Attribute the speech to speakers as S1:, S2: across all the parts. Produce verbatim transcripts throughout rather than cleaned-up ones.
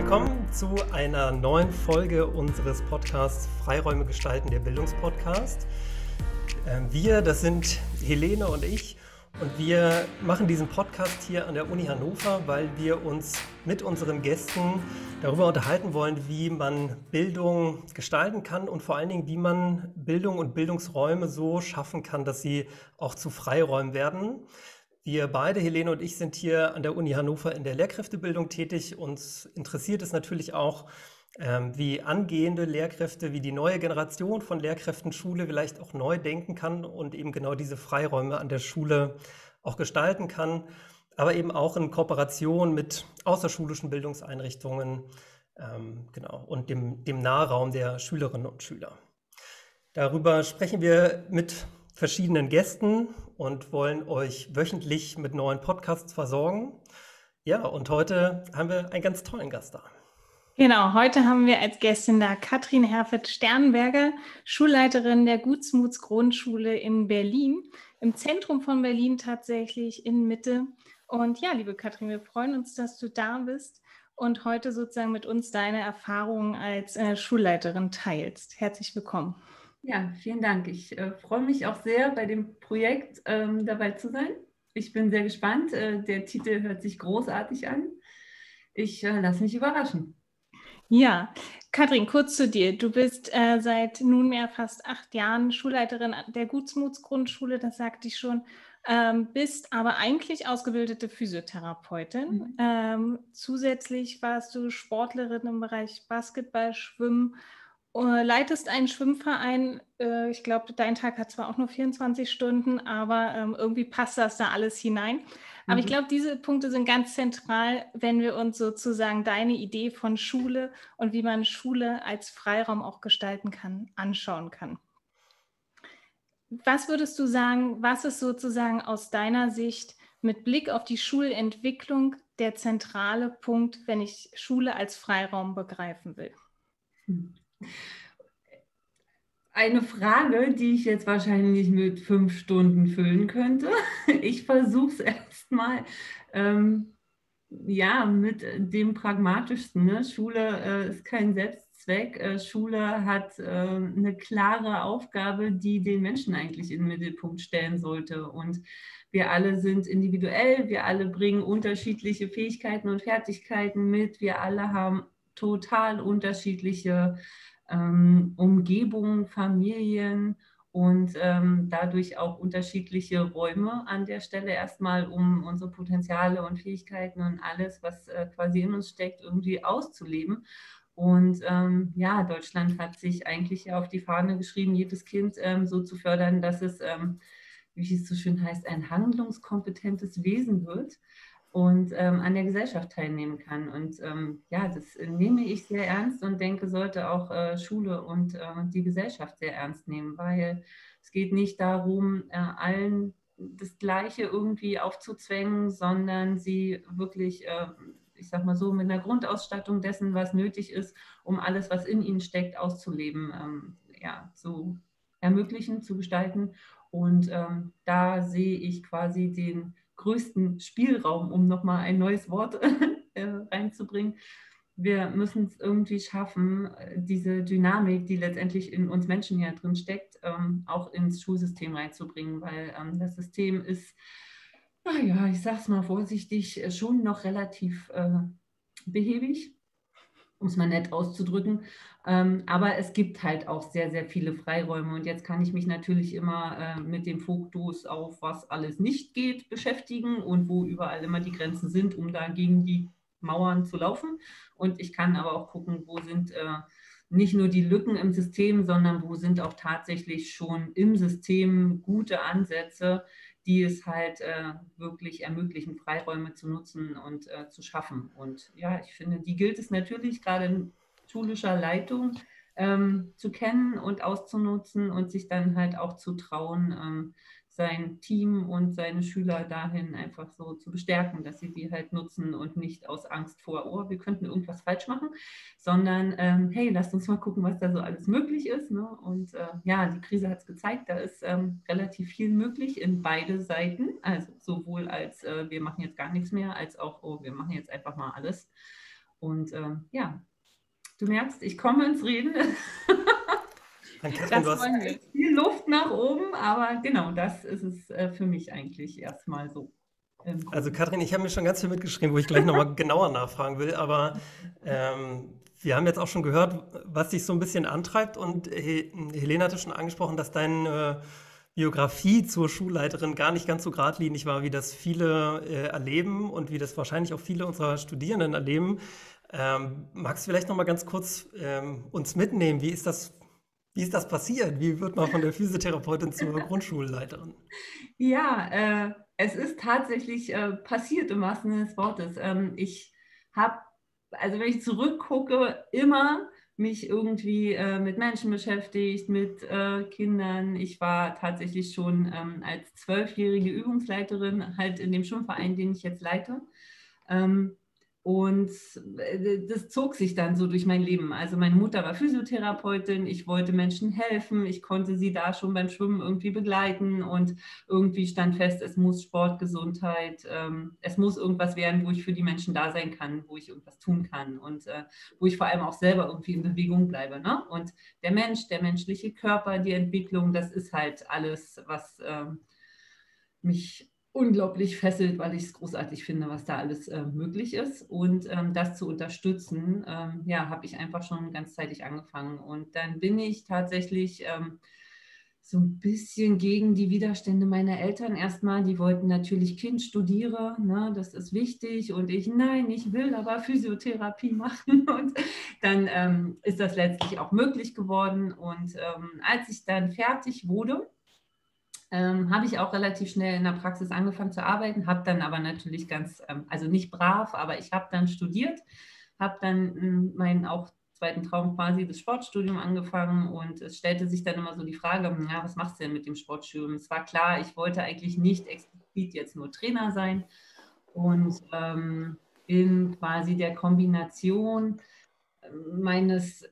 S1: willkommen zu einer neuen Folge unseres Podcasts Freiräume gestalten, der Bildungspodcast. Wir, das sind Helene und ich, und wir machen diesen Podcast hier an der Uni Hannover, weil wir uns mit unseren Gästen darüber unterhalten wollen, wie man Bildung gestalten kann und vor allen Dingen, wie man Bildung und Bildungsräume so schaffen kann, dass sie auch zu Freiräumen werden. Wir beide, Helene und ich, sind hier an der Uni Hannover in der Lehrkräftebildung tätig. Uns interessiert es natürlich auch, ähm, wie angehende Lehrkräfte, wie die neue Generation von Lehrkräften Schule vielleicht auch neu denken kann und eben genau diese Freiräume an der Schule auch gestalten kann, aber eben auch in Kooperation mit außerschulischen Bildungseinrichtungen ähm, genau, und dem, dem Nahraum der Schülerinnen und Schüler. Darüber sprechen wir mit verschiedenen Gästen und wollen euch wöchentlich mit neuen Podcasts versorgen. Ja, und heute haben wir einen ganz tollen Gast da.
S2: Genau, heute haben wir als Gästin da Katrin Herfeld-Sternberger, Schulleiterin der Gutsmuts Grundschule in Berlin, im Zentrum von Berlin tatsächlich, in Mitte. Und ja, liebe Katrin, wir freuen uns, dass du da bist und heute sozusagen mit uns deine Erfahrungen als äh, Schulleiterin teilst. Herzlich willkommen.
S3: Ja, vielen Dank. Ich äh, freue mich auch sehr, bei dem Projekt ähm, dabei zu sein. Ich bin sehr gespannt. Äh, der Titel hört sich großartig an. Ich äh, lasse mich überraschen.
S2: Ja, Katrin, kurz zu dir. Du bist äh, seit nunmehr fast acht Jahren Schulleiterin der Gutsmuts Grundschule, das sagte ich schon, ähm, bist aber eigentlich ausgebildete Physiotherapeutin. Mhm. Ähm, zusätzlich warst du Sportlerin im Bereich Basketball, Schwimmen, äh, leitest einen Schwimmverein. Äh, ich glaube, dein Tag hat zwar auch nur vierundzwanzig Stunden, aber ähm, irgendwie passt das da alles hinein. Aber ich glaube, diese Punkte sind ganz zentral, wenn wir uns sozusagen deine Idee von Schule und wie man Schule als Freiraum auch gestalten kann, anschauen kann. Was würdest du sagen, was ist sozusagen aus deiner Sicht mit Blick auf die Schulentwicklung der zentrale Punkt, wenn ich Schule als Freiraum begreifen will?
S3: Eine Frage, die ich jetzt wahrscheinlich mit fünf Stunden füllen könnte. Ich versuche es erstmal ähm, ja, mit dem Pragmatischsten. Ne? Schule äh, ist kein Selbstzweck. Äh, Schule hat äh, eine klare Aufgabe, die den Menschen eigentlich in den Mittelpunkt stellen sollte. Und wir alle sind individuell, wir alle bringen unterschiedliche Fähigkeiten und Fertigkeiten mit. Wir alle haben total unterschiedliche ähm, Umgebungen, Familien und ähm, dadurch auch unterschiedliche Räume an der Stelle erstmal, um unsere Potenziale und Fähigkeiten und alles, was äh, quasi in uns steckt, irgendwie auszuleben. Und ähm, ja, Deutschland hat sich eigentlich ja auf die Fahne geschrieben, jedes Kind ähm, so zu fördern, dass es, ähm, wie es so schön heißt, ein handlungskompetentes Wesen wird und ähm, an der Gesellschaft teilnehmen kann. Und ähm, ja, das nehme ich sehr ernst und denke, sollte auch äh, Schule und äh, die Gesellschaft sehr ernst nehmen, weil es geht nicht darum, äh, allen das Gleiche irgendwie aufzuzwängen, sondern sie wirklich, äh, ich sag mal so, mit einer Grundausstattung dessen, was nötig ist, um alles, was in ihnen steckt, auszuleben, ähm, ja, zu ermöglichen, zu gestalten. Und ähm, da sehe ich quasi den größten Spielraum, um nochmal ein neues Wort äh, reinzubringen. Wir müssen es irgendwie schaffen, diese Dynamik, die letztendlich in uns Menschen ja drin steckt, ähm, auch ins Schulsystem reinzubringen, weil ähm, das System ist, naja, ich sage es mal vorsichtig, schon noch relativ äh, behäbig, um es mal nett auszudrücken. Ähm, aber es gibt halt auch sehr, sehr viele Freiräume. Und jetzt kann ich mich natürlich immer äh, mit dem Fokus auf, was alles nicht geht, beschäftigen und wo überall immer die Grenzen sind, um da gegen die Mauern zu laufen. Und ich kann aber auch gucken, wo sind äh, nicht nur die Lücken im System, sondern wo sind auch tatsächlich schon im System gute Ansätze, die es halt äh, wirklich ermöglichen, Freiräume zu nutzen und äh, zu schaffen. Und ja, ich finde, die gilt es natürlich gerade in schulischer Leitung ähm, zu kennen und auszunutzen und sich dann halt auch zu trauen, ähm, sein Team und seine Schüler dahin einfach so zu bestärken, dass sie die halt nutzen und nicht aus Angst vor, oh, wir könnten irgendwas falsch machen, sondern ähm, hey, lasst uns mal gucken, was da so alles möglich ist. Ne? Und äh, ja, die Krise hat es gezeigt, da ist ähm, relativ viel möglich in beide Seiten, also sowohl als äh, wir machen jetzt gar nichts mehr, als auch, oh, wir machen jetzt einfach mal alles. Und ähm, ja, du merkst, ich komme ins Reden.
S1: Katrin,
S3: das ist viel Luft nach oben, aber genau, das ist es äh, für mich eigentlich erstmal so.
S1: Also Katrin, ich habe mir schon ganz viel mitgeschrieben, wo ich gleich nochmal genauer nachfragen will, aber ähm, wir haben jetzt auch schon gehört, was dich so ein bisschen antreibt, und He Helene hatte schon angesprochen, dass deine Biografie zur Schulleiterin gar nicht ganz so geradlinig war, wie das viele äh, erleben und wie das wahrscheinlich auch viele unserer Studierenden erleben. Ähm, magst du vielleicht nochmal ganz kurz ähm, uns mitnehmen? Wie ist das, wie ist das passiert? Wie wird man von der Physiotherapeutin zur Grundschulleiterin?
S3: Ja, äh, es ist tatsächlich äh, passiert im wahrsten Sinne des Wortes. Ähm, ich habe, also wenn ich zurückgucke, immer mich irgendwie äh, mit Menschen beschäftigt, mit äh, Kindern. Ich war tatsächlich schon ähm, als zwölfjährige Übungsleiterin halt in dem Schwimmverein, den ich jetzt leite. Ähm, Und das zog sich dann so durch mein Leben. Also meine Mutter war Physiotherapeutin, ich wollte Menschen helfen, ich konnte sie da schon beim Schwimmen irgendwie begleiten, und irgendwie stand fest, es muss Sport, Gesundheit, ähm, es muss irgendwas werden, wo ich für die Menschen da sein kann, wo ich irgendwas tun kann und äh, wo ich vor allem auch selber irgendwie in Bewegung bleibe. Ne? Und der Mensch, der menschliche Körper, die Entwicklung, das ist halt alles, was ähm, mich unglaublich fesselt, weil ich es großartig finde, was da alles äh, möglich ist. Und ähm, das zu unterstützen, ähm, ja, habe ich einfach schon ganzzeitig angefangen. Und dann bin ich tatsächlich ähm, so ein bisschen gegen die Widerstände meiner Eltern erstmal. Die wollten natürlich, Kind studiere, ne, das ist wichtig. Und ich, nein, ich will aber Physiotherapie machen. Und dann ähm, ist das letztlich auch möglich geworden. Und ähm, als ich dann fertig wurde, Ähm, habe ich auch relativ schnell in der Praxis angefangen zu arbeiten, habe dann aber natürlich ganz, ähm, also nicht brav, aber ich habe dann studiert, habe dann ähm, meinen auch zweiten Traum quasi, das Sportstudium, angefangen, und es stellte sich dann immer so die Frage, ja, was machst du denn mit dem Sportstudium? Es war klar, ich wollte eigentlich nicht explizit jetzt nur Trainer sein, und ähm, in quasi der Kombination meines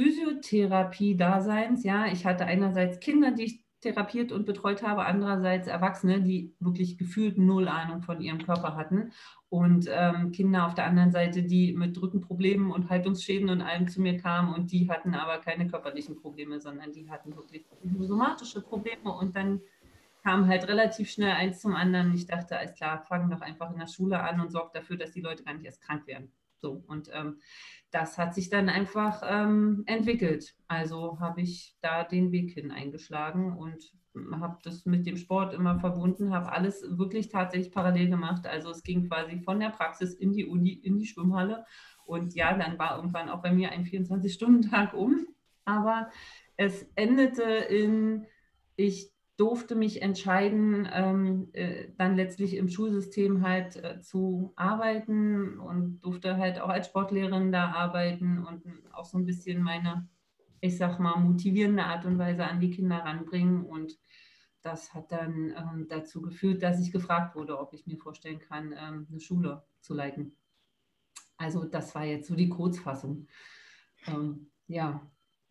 S3: Physiotherapie-Daseins, ja, ich hatte einerseits Kinder, die ich therapiert und betreut habe, andererseits Erwachsene, die wirklich gefühlt null Ahnung von ihrem Körper hatten, und ähm, Kinder auf der anderen Seite, die mit Rückenproblemen und Haltungsschäden und allem zu mir kamen, und die hatten aber keine körperlichen Probleme, sondern die hatten wirklich somatische Probleme, und dann kam halt relativ schnell eins zum anderen. Ich dachte, alles klar, fangen doch einfach in der Schule an und sorgt dafür, dass die Leute gar nicht erst krank werden. So, und ähm, das hat sich dann einfach ähm, entwickelt. Also habe ich da den Weg hin eingeschlagen und habe das mit dem Sport immer verbunden, habe alles wirklich tatsächlich parallel gemacht. Also es ging quasi von der Praxis in die Uni, in die Schwimmhalle. Und ja, dann war irgendwann auch bei mir ein vierundzwanzig-Stunden-Tag um. Aber es endete in, ich durfte mich entscheiden, ähm, äh, dann letztlich im Schulsystem halt äh, zu arbeiten, und durfte halt auch als Sportlehrerin da arbeiten und auch so ein bisschen meine, ich sag mal, motivierende Art und Weise an die Kinder ranbringen. Und das hat dann ähm, dazu geführt, dass ich gefragt wurde, ob ich mir vorstellen kann, ähm, eine Schule zu leiten. Also das war jetzt so die Kurzfassung. Ähm, ja.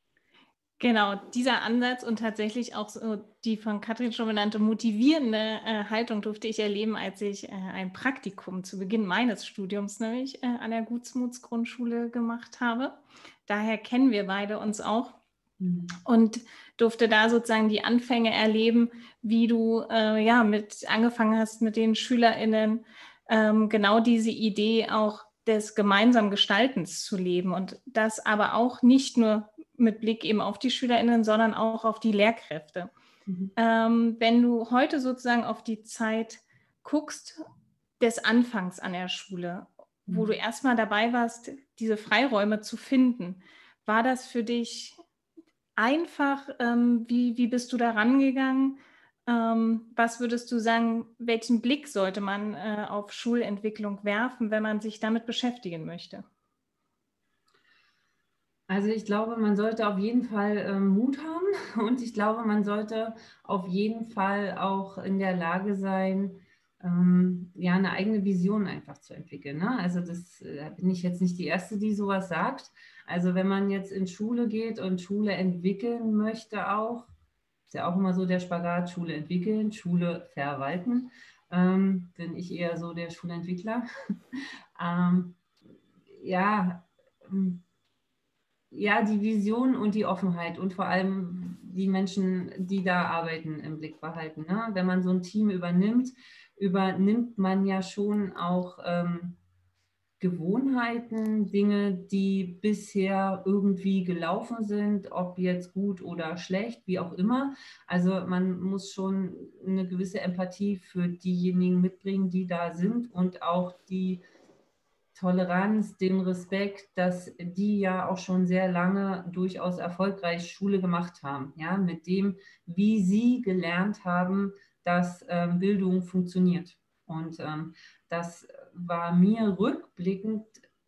S2: Genau, dieser Ansatz und tatsächlich auch so die von Katrin schon benannte motivierende äh, Haltung durfte ich erleben, als ich äh, ein Praktikum zu Beginn meines Studiums nämlich äh, an der Gutsmutsgrundschule gemacht habe. Daher kennen wir beide uns auch mhm. und durfte da sozusagen die Anfänge erleben, wie du äh, ja mit angefangen hast, mit den SchülerInnen ähm, genau diese Idee auch des gemeinsamen Gestaltens zu leben, und das aber auch nicht nur mit Blick eben auf die SchülerInnen, sondern auch auf die Lehrkräfte. Mhm. Ähm, wenn du heute sozusagen auf die Zeit guckst des Anfangs an der Schule, mhm. wo du erstmal dabei warst, diese Freiräume zu finden, war das für dich einfach? Ähm, wie, wie bist du da rangegangen? Ähm, was würdest du sagen, welchen Blick sollte man äh, auf Schulentwicklung werfen, wenn man sich damit beschäftigen möchte?
S3: Also ich glaube, man sollte auf jeden Fall ähm, Mut haben, und ich glaube, man sollte auf jeden Fall auch in der Lage sein, ähm, ja, eine eigene Vision einfach zu entwickeln. Ne? Also das äh, bin ich jetzt nicht die Erste, die sowas sagt. Also wenn man jetzt in Schule geht und Schule entwickeln möchte auch, ist ja auch immer so der Spagat, Schule entwickeln, Schule verwalten, ähm, bin ich eher so der Schulentwickler. ähm, ja, ja, die Vision und die Offenheit und vor allem die Menschen, die da arbeiten, im Blick behalten. Ne? Wenn man so ein Team übernimmt, übernimmt man ja schon auch ähm, Gewohnheiten, Dinge, die bisher irgendwie gelaufen sind, ob jetzt gut oder schlecht, wie auch immer. Also man muss schon eine gewisse Empathie für diejenigen mitbringen, die da sind und auch die Toleranz, den Respekt, dass die ja auch schon sehr lange durchaus erfolgreich Schule gemacht haben, ja, mit dem, wie sie gelernt haben, dass ähm, Bildung funktioniert. Und ähm, das war mir rückblickend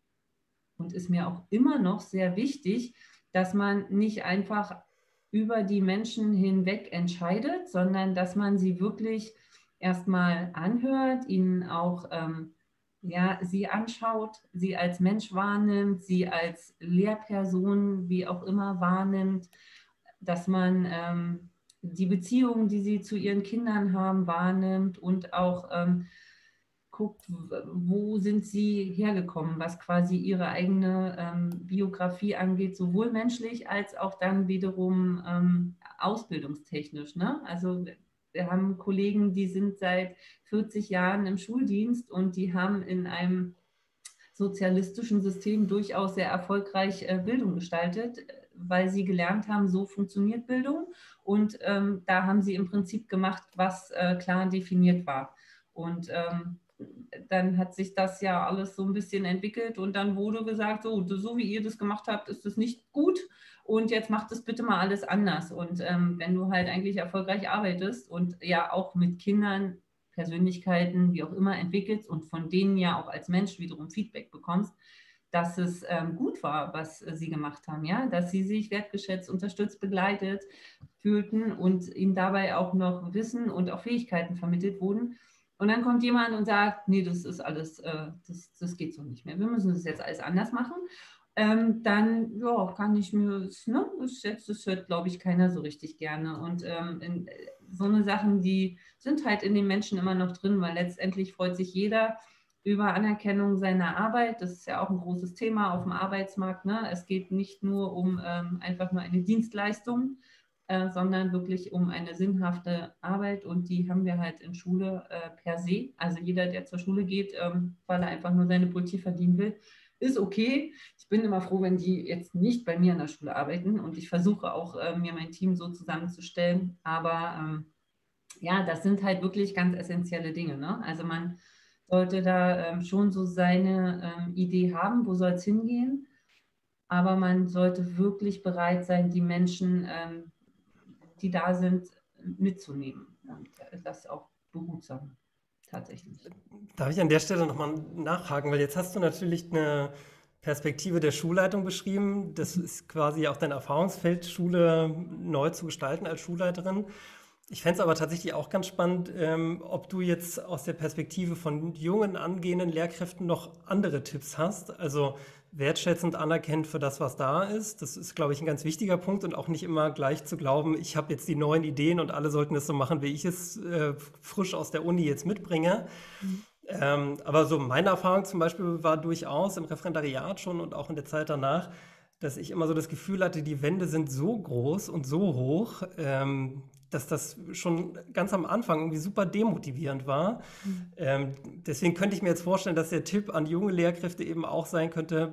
S3: und ist mir auch immer noch sehr wichtig, dass man nicht einfach über die Menschen hinweg entscheidet, sondern dass man sie wirklich erstmal anhört, ihnen auch ähm, ja, sie anschaut, sie als Mensch wahrnimmt, sie als Lehrperson, wie auch immer, wahrnimmt, dass man ähm, die Beziehungen, die sie zu ihren Kindern haben, wahrnimmt und auch ähm, guckt, wo sind sie hergekommen, was quasi ihre eigene ähm, Biografie angeht, sowohl menschlich als auch dann wiederum ähm, ausbildungstechnisch. Ne? Also wir haben Kollegen, die sind seit vierzig Jahren im Schuldienst und die haben in einem sozialistischen System durchaus sehr erfolgreich äh, Bildung gestaltet, weil sie gelernt haben, so funktioniert Bildung. Und ähm, da haben sie im Prinzip gemacht, was äh, klar definiert war. Und ähm, dann hat sich das ja alles so ein bisschen entwickelt und dann wurde gesagt, so, so wie ihr das gemacht habt, ist das nicht gut und jetzt macht es bitte mal alles anders. Und ähm, wenn du halt eigentlich erfolgreich arbeitest und ja auch mit Kindern, Persönlichkeiten, wie auch immer entwickelst und von denen ja auch als Mensch wiederum Feedback bekommst, dass es ähm, gut war, was äh, sie gemacht haben, ja, dass sie sich wertgeschätzt, unterstützt, begleitet fühlten und ihnen dabei auch noch Wissen und auch Fähigkeiten vermittelt wurden. Und dann kommt jemand und sagt, nee, das ist alles, äh, das, das geht so nicht mehr. Wir müssen das jetzt alles anders machen. Ähm, dann, ja, kann ich mir, ne, das, jetzt, das hört, glaube ich, keiner so richtig gerne. Und ähm, in, so eine Sachen, die sind halt in den Menschen immer noch drin, weil letztendlich freut sich jeder über Anerkennung seiner Arbeit. Das ist ja auch ein großes Thema auf dem Arbeitsmarkt. Ne? Es geht nicht nur um ähm, einfach nur eine Dienstleistung, Äh, sondern wirklich um eine sinnhafte Arbeit und die haben wir halt in Schule äh, per se. Also jeder, der zur Schule geht, ähm, weil er einfach nur seine Brötchen verdienen will, ist okay. Ich bin immer froh, wenn die jetzt nicht bei mir in der Schule arbeiten und ich versuche auch, äh, mir mein Team so zusammenzustellen. Aber ähm, ja, das sind halt wirklich ganz essentielle Dinge. Ne? Also man sollte da ähm, schon so seine ähm, Idee haben, wo soll es hingehen. Aber man sollte wirklich bereit sein, die Menschen ähm, die da sind, mitzunehmen und das auch behutsam tatsächlich.
S1: Darf ich an der Stelle nochmal nachhaken, weil jetzt hast du natürlich eine Perspektive der Schulleitung beschrieben. Das ist quasi auch dein Erfahrungsfeld, Schule neu zu gestalten als Schulleiterin. Ich fände es aber tatsächlich auch ganz spannend, ähm, ob du jetzt aus der Perspektive von jungen, angehenden Lehrkräften noch andere Tipps hast. Also wertschätzend anerkennt für das, was da ist. Das ist, glaube ich, ein ganz wichtiger Punkt und auch nicht immer gleich zu glauben, ich habe jetzt die neuen Ideen und alle sollten es so machen, wie ich es äh, frisch aus der Uni jetzt mitbringe. Mhm. Ähm, aber so meine Erfahrung zum Beispiel war durchaus im Referendariat schon und auch in der Zeit danach, dass ich immer so das Gefühl hatte, die Wände sind so groß und so hoch, ähm, dass das schon ganz am Anfang irgendwie super demotivierend war. Mhm. Ähm, deswegen könnte ich mir jetzt vorstellen, dass der Tipp an junge Lehrkräfte eben auch sein könnte,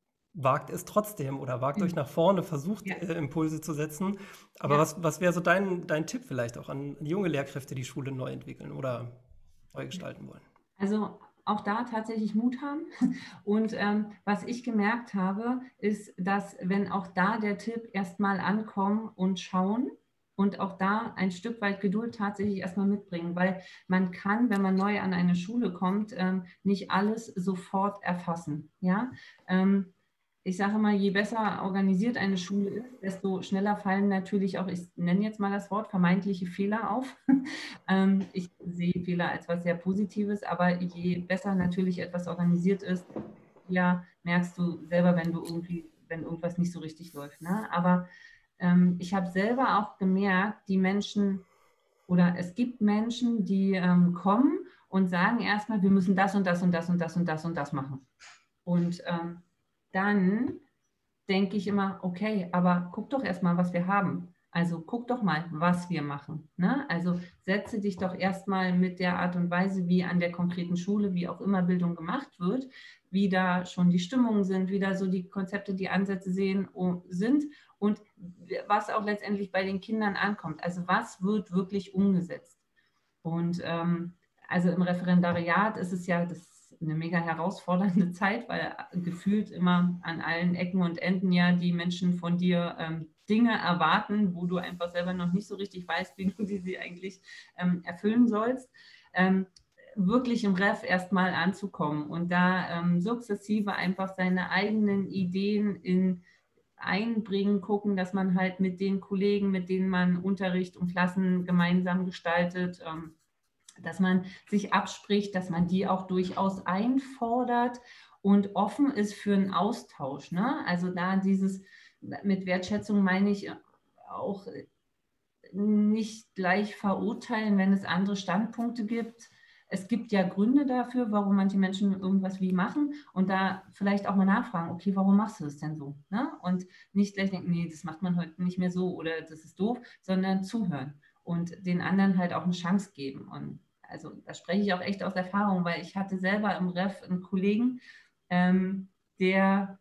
S1: wagt es trotzdem oder wagt mhm. euch nach vorne, versucht ja. äh, Impulse zu setzen. Aber ja. was, was wäre so dein, dein Tipp vielleicht auch an, an junge Lehrkräfte, die Schule neu entwickeln oder neu gestalten wollen?
S3: Also auch da tatsächlich Mut haben. Und ähm, was ich gemerkt habe, ist, dass wenn auch da der Tipp erstmal ankommen und schauen, und auch da ein Stück weit Geduld tatsächlich erstmal mitbringen, weil man kann, wenn man neu an eine Schule kommt, ähm, nicht alles sofort erfassen. Ja? Ähm, ich sage mal, je besser organisiert eine Schule ist, desto schneller fallen natürlich auch, ich nenne jetzt mal das Wort, vermeintliche Fehler auf. ähm, ich sehe Fehler als was sehr Positives, aber je besser natürlich etwas organisiert ist, ja, merkst du selber, wenn du irgendwie, wenn irgendwas nicht so richtig läuft. Ne? Aber ich habe selber auch gemerkt, die Menschen oder es gibt Menschen, die ähm, kommen und sagen erstmal, wir müssen das und das und das und das und das und das machen. Und ähm, dann denke ich immer, okay, aber guck doch erstmal, was wir haben. Also guck doch mal, was wir machen. Ne? Also setze dich doch erstmal mit der Art und Weise, wie an der konkreten Schule, wie auch immer Bildung gemacht wird, wie da schon die Stimmungen sind, wie da so die Konzepte, die Ansätze sehen, sind und was auch letztendlich bei den Kindern ankommt. Also was wird wirklich umgesetzt? Und ähm, also im Referendariat ist es ja das eine mega herausfordernde Zeit, weil gefühlt immer an allen Ecken und Enden ja die Menschen von dir ähm, Dinge erwarten, wo du einfach selber noch nicht so richtig weißt, wie du sie eigentlich ähm, erfüllen sollst. Ähm, wirklich im Ref erstmal anzukommen und da ähm, sukzessive einfach seine eigenen Ideen in einbringen, gucken, dass man halt mit den Kollegen, mit denen man Unterricht und Klassen gemeinsam gestaltet, ähm, dass man sich abspricht, dass man die auch durchaus einfordert und offen ist für einen Austausch. Ne? Also da dieses, mit Wertschätzung meine ich auch nicht gleich verurteilen, wenn es andere Standpunkte gibt. Es gibt ja Gründe dafür, warum manche Menschen irgendwas wie machen und da vielleicht auch mal nachfragen, okay, warum machst du das denn so? Ne? Und nicht gleich denken, nee, das macht man heute nicht mehr so oder das ist doof, sondern zuhören und den anderen halt auch eine Chance geben. Und also da spreche ich auch echt aus Erfahrung, weil ich hatte selber im Ref einen Kollegen, ähm, der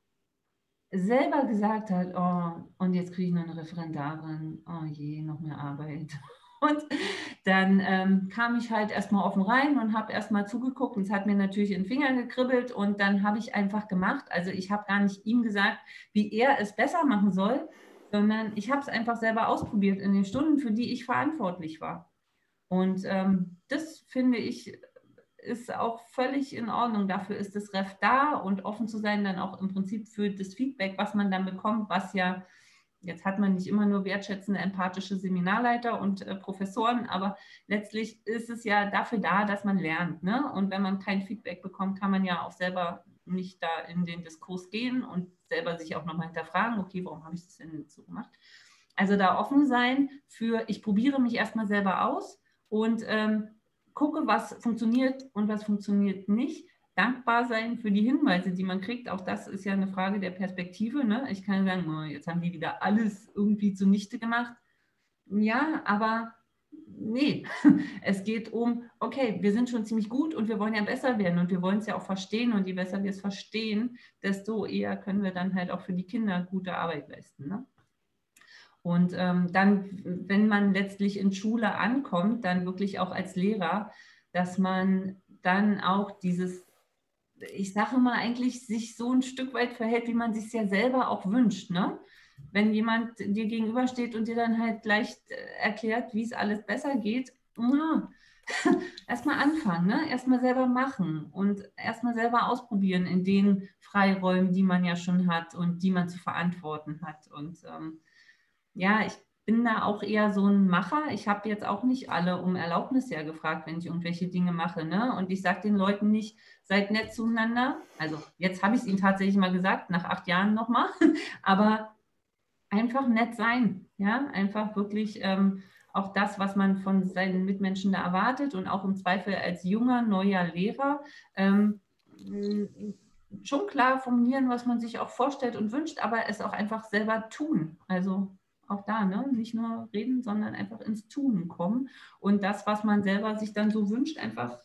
S3: selber gesagt hat, oh, und jetzt kriege ich noch eine Referendarin, oh je, noch mehr Arbeit. Und dann ähm, kam ich halt erstmal offen rein und habe erstmal zugeguckt und es hat mir natürlich in den Finger gekribbelt und dann habe ich einfach gemacht. Also ich habe gar nicht ihm gesagt, wie er es besser machen soll, sondern ich habe es einfach selber ausprobiert in den Stunden, für die ich verantwortlich war. Und ähm, das finde ich ist auch völlig in Ordnung. Dafür ist das Ref da und offen zu sein dann auch im Prinzip für das Feedback, was man dann bekommt, was ja, jetzt hat man nicht immer nur wertschätzende, empathische Seminarleiter und äh, Professoren, aber letztlich ist es ja dafür da, dass man lernt. Ne? Und wenn man kein Feedback bekommt, kann man ja auch selber nicht da in den Diskurs gehen und selber sich auch nochmal hinterfragen, okay, warum habe ich das denn so gemacht? Also da offen sein für, ich probiere mich erstmal selber aus und ähm, gucke, was funktioniert und was funktioniert nicht. Dankbar sein für die Hinweise, die man kriegt. Auch das ist ja eine Frage der Perspektive. Ne? Ich kann sagen, oh, jetzt haben die wieder alles irgendwie zunichte gemacht. Ja, aber nee, es geht um, okay, wir sind schon ziemlich gut und wir wollen ja besser werden und wir wollen es ja auch verstehen und je besser wir es verstehen, desto eher können wir dann halt auch für die Kinder gute Arbeit leisten. Ne? Und ähm, dann, wenn man letztlich in Schule ankommt, dann wirklich auch als Lehrer, dass man dann auch dieses, ich sage mal eigentlich, sich so ein Stück weit verhält, wie man sich es ja selber auch wünscht. Ne? Wenn jemand dir gegenübersteht und dir dann halt gleich erklärt, wie es alles besser geht, ja, erstmal anfangen, ne? Erstmal selber machen und erstmal selber ausprobieren in den Freiräumen, die man ja schon hat und die man zu verantworten hat. Und ähm, ja, ich bin da auch eher so ein Macher. Ich habe jetzt auch nicht alle um Erlaubnis ja gefragt, wenn ich irgendwelche Dinge mache. Ne? Und ich sage den Leuten nicht, seid nett zueinander. Also jetzt habe ich es ihnen tatsächlich mal gesagt, nach acht Jahren nochmal. Aber einfach nett sein. Ja, einfach wirklich ähm, auch das, was man von seinen Mitmenschen da erwartet und auch im Zweifel als junger, neuer Lehrer ähm, schon klar formulieren, was man sich auch vorstellt und wünscht, aber es auch einfach selber tun. Also auch da, ne? Nicht nur reden, sondern einfach ins Tun kommen und das, was man selber sich dann so wünscht, einfach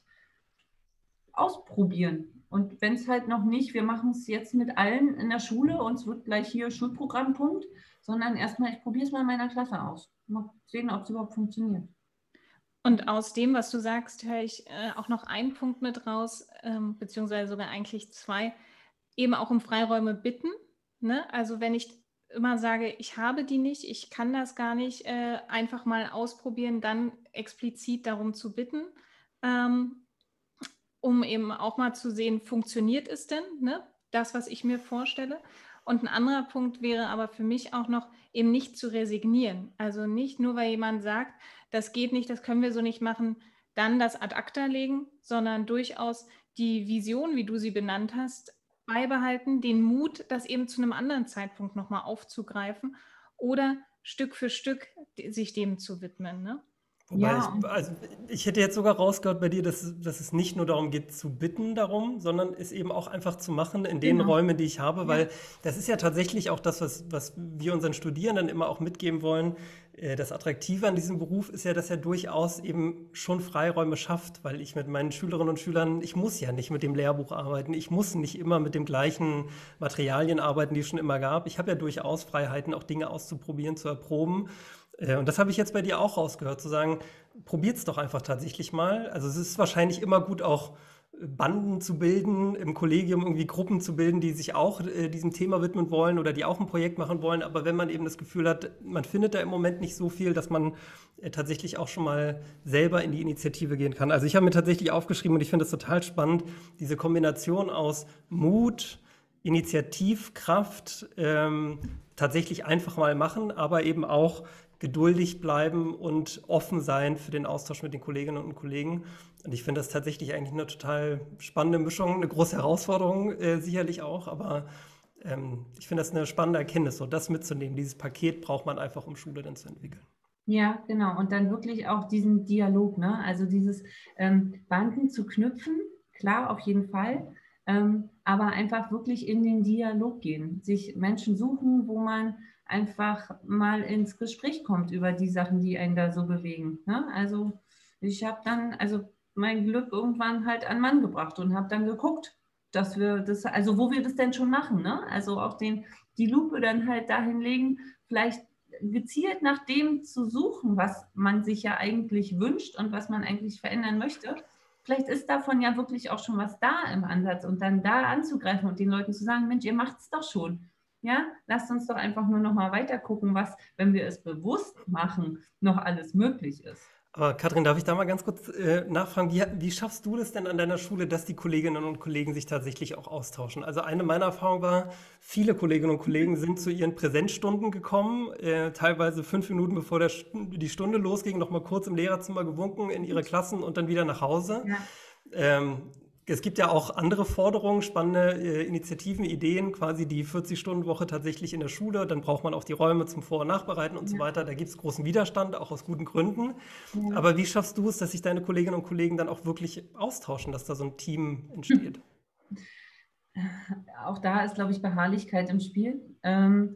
S3: ausprobieren. Und wenn es halt noch nicht, wir machen es jetzt mit allen in der Schule und es wird gleich hier Schulprogramm, Punkt, sondern erstmal, ich probiere es mal in meiner Klasse aus. Mal sehen, ob es überhaupt funktioniert.
S2: Und aus dem, was du sagst, höre ich äh, auch noch einen Punkt mit raus, ähm, beziehungsweise sogar eigentlich zwei, eben auch um Freiräume bitten. Ne? Also wenn ich immer sage, ich habe die nicht, ich kann das gar nicht, äh, einfach mal ausprobieren, dann explizit darum zu bitten, ähm, um eben auch mal zu sehen, funktioniert es denn, ne? Das, was ich mir vorstelle. Und ein anderer Punkt wäre aber für mich auch noch, eben nicht zu resignieren. Also nicht nur, weil jemand sagt, das geht nicht, das können wir so nicht machen, dann das ad acta legen, sondern durchaus die Vision, wie du sie benannt hast, beibehalten, den Mut, das eben zu einem anderen Zeitpunkt nochmal aufzugreifen oder Stück für Stück sich dem zu widmen. Ne?
S1: Wobei ich,
S3: Ja, und
S1: also ich hätte jetzt sogar rausgehört bei dir, dass, dass es nicht nur darum geht zu bitten darum, sondern es eben auch einfach zu machen in den
S3: genau.
S1: Räumen, die ich habe,
S3: Ja,
S1: weil das ist ja tatsächlich auch das, was, was wir unseren Studierenden immer auch mitgeben wollen. Äh, Das Attraktive an diesem Beruf ist ja, dass er durchaus eben schon Freiräume schafft, weil ich mit meinen Schülerinnen und Schülern, ich muss ja nicht mit dem Lehrbuch arbeiten, ich muss nicht immer mit den gleichen Materialien arbeiten, die es schon immer gab. Ich habe ja durchaus Freiheiten, auch Dinge auszuprobieren, zu erproben. Äh, Und das habe ich jetzt bei dir auch rausgehört, zu sagen, probiert es doch einfach tatsächlich mal. Also es ist wahrscheinlich immer gut, auch äh, Banden zu bilden, im Kollegium irgendwie Gruppen zu bilden, die sich auch äh, diesem Thema widmen wollen oder die auch ein Projekt machen wollen. Aber wenn man eben das Gefühl hat, man findet da im Moment nicht so viel, dass man äh, tatsächlich auch schon mal selber in die Initiative gehen kann. Also ich habe mir tatsächlich aufgeschrieben und ich finde es total spannend, diese Kombination aus Mut, Initiativkraft, ähm, tatsächlich einfach mal machen, aber eben auch geduldig bleiben und offen sein für den Austausch mit den Kolleginnen und Kollegen. Und ich finde das tatsächlich eigentlich eine total spannende Mischung, eine große Herausforderung äh, sicherlich auch, aber ähm, ich finde das eine spannende Erkenntnis, so das mitzunehmen. Dieses Paket braucht man einfach, um Schule dann zu entwickeln.
S3: ja, genau. Und dann wirklich auch diesen Dialog, ne? Also dieses ähm, Banden zu knüpfen, klar, auf jeden Fall. Ähm, aber einfach wirklich in den Dialog gehen, sich Menschen suchen, wo man einfach mal ins Gespräch kommt über die Sachen, die einen da so bewegen. Ne? Also ich habe dann, also mein Glück irgendwann halt an Mann gebracht und habe dann geguckt, dass wir das, also wo wir das denn schon machen, ne? Also auch den, die Lupe dann halt dahin legen, vielleicht gezielt nach dem zu suchen, was man sich ja eigentlich wünscht und was man eigentlich verändern möchte. Vielleicht ist davon ja wirklich auch schon was da im Ansatz und dann da anzugreifen und den Leuten zu sagen, Mensch, ihr macht es doch schon. Ja, lasst uns doch einfach nur noch mal weiter gucken, was, wenn wir es bewusst machen, noch alles möglich ist.
S1: Aber Katrin, darf ich da mal ganz kurz äh, nachfragen, wie, wie schaffst du das denn an deiner Schule, dass die Kolleginnen und Kollegen sich tatsächlich auch austauschen? Also eine meiner Erfahrungen war, viele Kolleginnen und Kollegen sind zu ihren Präsenzstunden gekommen, äh, teilweise fünf Minuten bevor der, St- die Stunde losging, noch mal kurz im Lehrerzimmer gewunken in ihre Klassen und dann wieder nach Hause.
S3: Ja.
S1: Ähm, Es gibt ja auch andere Forderungen, spannende äh, Initiativen, Ideen, quasi die vierzig-Stunden-Woche tatsächlich in der Schule. Dann braucht man auch die Räume zum Vor- und Nachbereiten und so
S3: Ja.
S1: weiter. Da gibt es großen Widerstand, auch aus guten Gründen.
S3: Ja.
S1: Aber wie schaffst du es, dass sich deine Kolleginnen und Kollegen dann auch wirklich austauschen, dass da so ein Team entsteht?
S3: Auch da ist, glaube ich, Beharrlichkeit im Spiel. Ähm,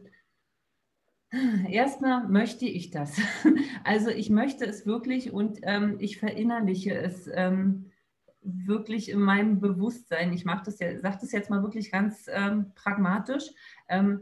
S3: Erstmal möchte ich das. Also ich möchte es wirklich und ähm, ich verinnerliche es ähm, wirklich in meinem Bewusstsein. Ich mache das ja, sage das jetzt mal wirklich ganz ähm, pragmatisch. Ähm,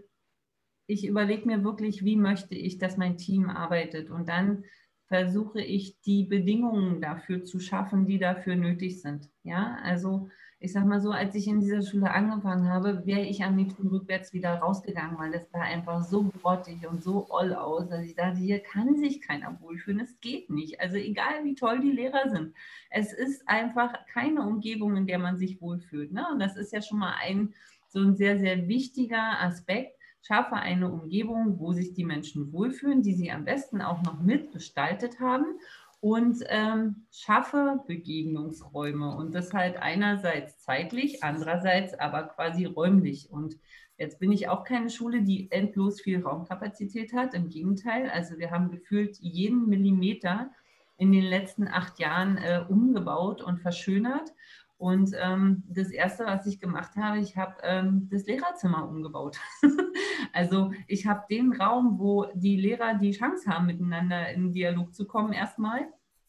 S3: ich überlege mir wirklich, wie möchte ich, dass mein Team arbeitet. Und dann versuche ich, die Bedingungen dafür zu schaffen, die dafür nötig sind. Ja, also ich sage mal so, als ich in dieser Schule angefangen habe, wäre ich am liebsten rückwärts wieder rausgegangen, weil es war einfach so grottig und so oll aus, dass ich dachte, hier kann sich keiner wohlfühlen, es geht nicht. Also egal, wie toll die Lehrer sind, es ist einfach keine Umgebung, in der man sich wohlfühlt. Ne? Und das ist ja schon mal ein so ein sehr, sehr wichtiger Aspekt. Schaffe eine Umgebung, wo sich die Menschen wohlfühlen, die sie am besten auch noch mitgestaltet haben und ähm, schaffe Begegnungsräume und das halt einerseits zeitlich, andererseits aber quasi räumlich. Und jetzt bin ich auch keine Schule, die endlos viel Raumkapazität hat. Im Gegenteil, also wir haben gefühlt jeden Millimeter in den letzten acht Jahren äh, umgebaut und verschönert. Und ähm, das Erste, was ich gemacht habe, ich habe ähm, das Lehrerzimmer umgebaut. Also ich habe den Raum, wo die Lehrer die Chance haben, miteinander in Dialog zu kommen, erstmal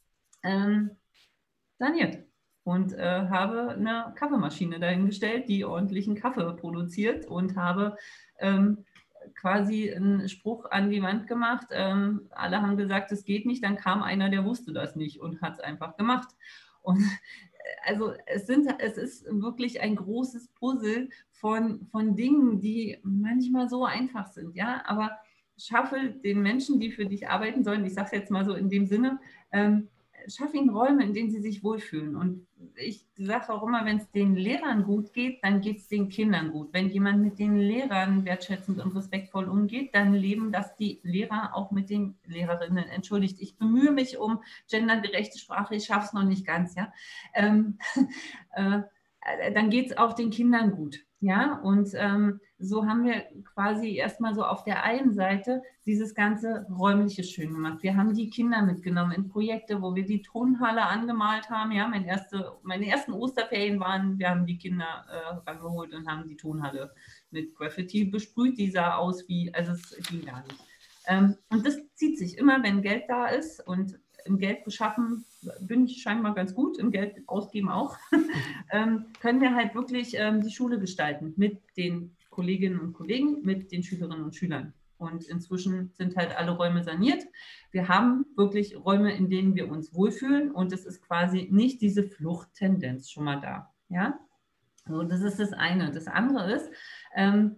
S3: ähm, saniert. Und äh, habe eine Kaffeemaschine dahingestellt, die ordentlichen Kaffee produziert und habe ähm, quasi einen Spruch an die Wand gemacht. Ähm, alle haben gesagt, es geht nicht. Dann kam einer, der wusste das nicht und hat es einfach gemacht. Und also es, sind, es ist wirklich ein großes Puzzle von, von Dingen, die manchmal so einfach sind, ja, aber schaffe den Menschen, die für dich arbeiten sollen, ich sage es jetzt mal so in dem Sinne, ähm, schaffe ihnen Räume, in denen sie sich wohlfühlen. Und ich sage auch immer, wenn es den Lehrern gut geht, dann geht es den Kindern gut. Wenn jemand mit den Lehrern wertschätzend und respektvoll umgeht, dann leben das die Lehrer auch mit den Lehrerinnen. Entschuldigt, ich bemühe mich um gendergerechte Sprache, ich schaffe es noch nicht ganz, ja. Ähm, äh, dann geht es auch den Kindern gut. Ja, und ähm, so haben wir quasi erstmal so auf der einen Seite dieses ganze Räumliche schön gemacht. Wir haben die Kinder mitgenommen in Projekte, wo wir die Turnhalle angemalt haben. Ja, meine, erste, meine ersten Osterferien waren, wir haben die Kinder äh, rangeholt und haben die Turnhalle mit Graffiti besprüht. Die sah aus wie, also es ging gar nicht. Ähm, und das zieht sich immer, wenn Geld da ist, und im Geld beschaffen bin ich scheinbar ganz gut, im Geld ausgeben auch, ähm, können wir halt wirklich ähm, die Schule gestalten mit den Kolleginnen und Kollegen, mit den Schülerinnen und Schülern. Und inzwischen sind halt alle Räume saniert. Wir haben wirklich Räume, in denen wir uns wohlfühlen, und es ist quasi nicht diese Fluchttendenz schon mal da. Ja? So, das ist das eine. Das andere ist, ähm,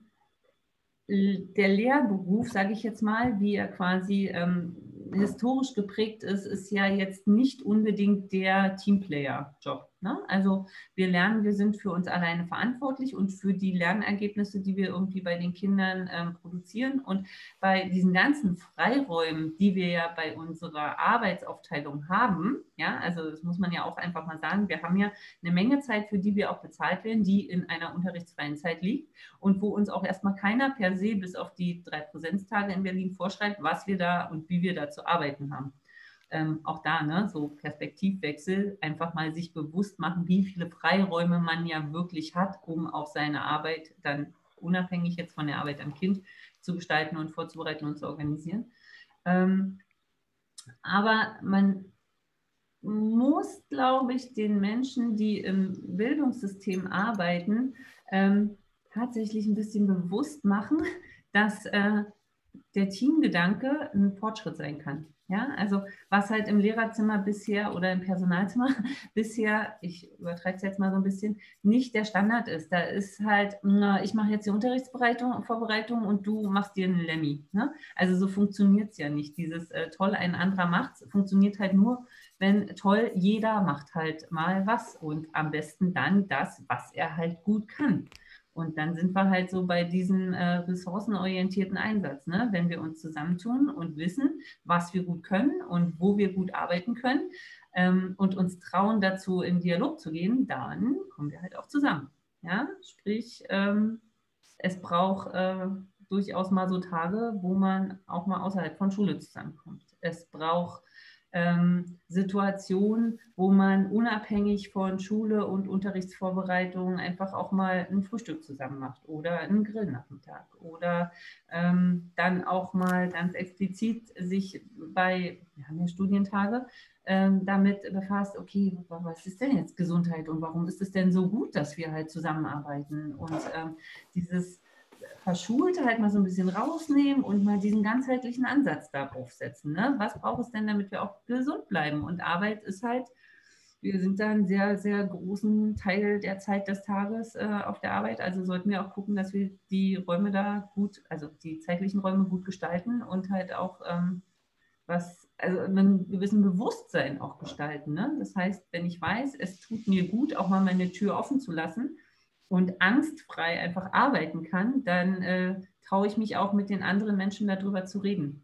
S3: der Lehrberuf, sage ich jetzt mal, wie er quasi ähm, historisch geprägt ist, ist ja jetzt nicht unbedingt der Teamplayer-Job. Ne? Also wir lernen, wir sind für uns alleine verantwortlich und für die Lernergebnisse, die wir irgendwie bei den Kindern ähm, produzieren. Und bei diesen ganzen Freiräumen, die wir ja bei unserer Arbeitsaufteilung haben, ja, also das muss man ja auch einfach mal sagen, wir haben ja eine Menge Zeit, für die wir auch bezahlt werden, die in einer unterrichtsfreien Zeit liegt und wo uns auch erstmal keiner per se bis auf die drei Präsenztage in Berlin vorschreibt, was wir da und wie wir da zu arbeiten haben. Ähm, auch da, ne, so Perspektivwechsel, einfach mal sich bewusst machen, wie viele Freiräume man ja wirklich hat, um auch seine Arbeit dann unabhängig jetzt von der Arbeit am Kind zu gestalten und vorzubereiten und zu organisieren. Ähm, aber man muss, glaube ich, den Menschen, die im Bildungssystem arbeiten, ähm, tatsächlich ein bisschen bewusst machen, dass äh, der Teamgedanke ein Fortschritt sein kann. Ja, also was halt im Lehrerzimmer bisher oder im Personalzimmer bisher, ich übertreibe es jetzt mal so ein bisschen, nicht der Standard ist. Da ist halt, na, ich mache jetzt die Unterrichtsvorbereitung Vorbereitung und du machst dir einen Lemmy. Ne? Also so funktioniert es ja nicht. Dieses äh, toll, ein anderer macht, funktioniert halt nur, wenn toll, jeder macht halt mal was und am besten dann das, was er halt gut kann. Und dann sind wir halt so bei diesem äh, ressourcenorientierten Einsatz. Ne? Wenn wir uns zusammentun und wissen, was wir gut können und wo wir gut arbeiten können ähm, und uns trauen, dazu in Dialog zu gehen, dann kommen wir halt auch zusammen. Ja? Sprich, ähm, es braucht äh, durchaus mal so Tage, wo man auch mal außerhalb von Schule zusammenkommt. Es braucht Ähm, Situation, wo man unabhängig von Schule und Unterrichtsvorbereitung einfach auch mal ein Frühstück zusammen macht oder einen Grillnachmittag oder ähm, dann auch mal ganz explizit sich bei, wir haben ja Studientage, ähm, damit befasst, okay, was ist denn jetzt Gesundheit und warum ist es denn so gut, dass wir halt zusammenarbeiten und ähm, dieses Verschulte halt mal so ein bisschen rausnehmen und mal diesen ganzheitlichen Ansatz darauf setzen. Ne? Was braucht es denn, damit wir auch gesund bleiben? Und Arbeit ist halt, wir sind da einen sehr, sehr großen Teil der Zeit des Tages äh, auf der Arbeit. Also sollten wir auch gucken, dass wir die Räume da gut, also die zeitlichen Räume gut gestalten und halt auch ähm, was, also mit einem gewissen Bewusstsein auch gestalten. Ne? Das heißt, wenn ich weiß, es tut mir gut, auch mal meine Tür offen zu lassen, und angstfrei einfach arbeiten kann, dann äh, traue ich mich auch mit den anderen Menschen darüber zu reden.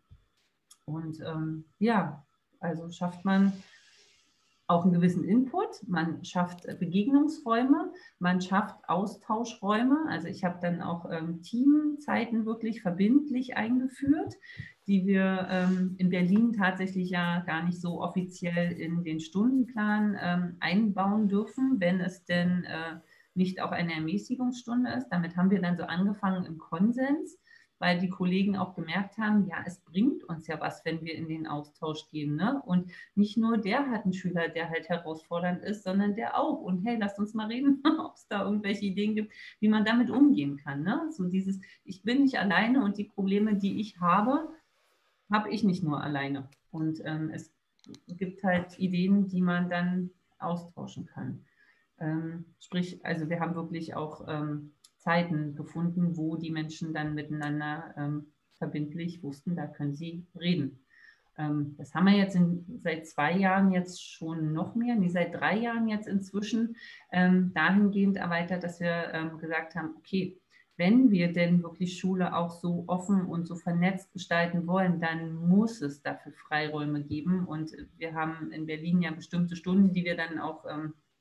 S3: Und ähm, ja, also schafft man auch einen gewissen Input, man schafft Begegnungsräume, man schafft Austauschräume. Also ich habe dann auch ähm, Teamzeiten wirklich verbindlich eingeführt, die wir ähm, in Berlin tatsächlich ja gar nicht so offiziell in den Stundenplan ähm, einbauen dürfen, wenn es denn äh, nicht auch eine Ermäßigungsstunde ist. Damit haben wir dann so angefangen im Konsens, weil die Kollegen auch gemerkt haben, ja, es bringt uns ja was, wenn wir in den Austausch gehen. Ne? Und nicht nur der hat einen Schüler, der halt herausfordernd ist, sondern der auch. Und hey, lasst uns mal reden, ob es da irgendwelche Ideen gibt, wie man damit umgehen kann. Ne? So dieses, ich bin nicht alleine und die Probleme, die ich habe, habe ich nicht nur alleine. Und ähm, es gibt halt Ideen, die man dann austauschen kann. Ähm, sprich, also wir haben wirklich auch ähm, Zeiten gefunden, wo die Menschen dann miteinander ähm, verbindlich wussten, da können sie reden. Ähm, das haben wir jetzt in, seit zwei Jahren jetzt schon noch mehr, nee, seit drei Jahren jetzt inzwischen ähm, dahingehend erweitert, dass wir ähm, gesagt haben, okay, wenn wir denn wirklich Schule auch so offen und so vernetzt gestalten wollen, dann muss es dafür Freiräume geben. Und wir haben in Berlin ja bestimmte Stunden, die wir dann auch ähm,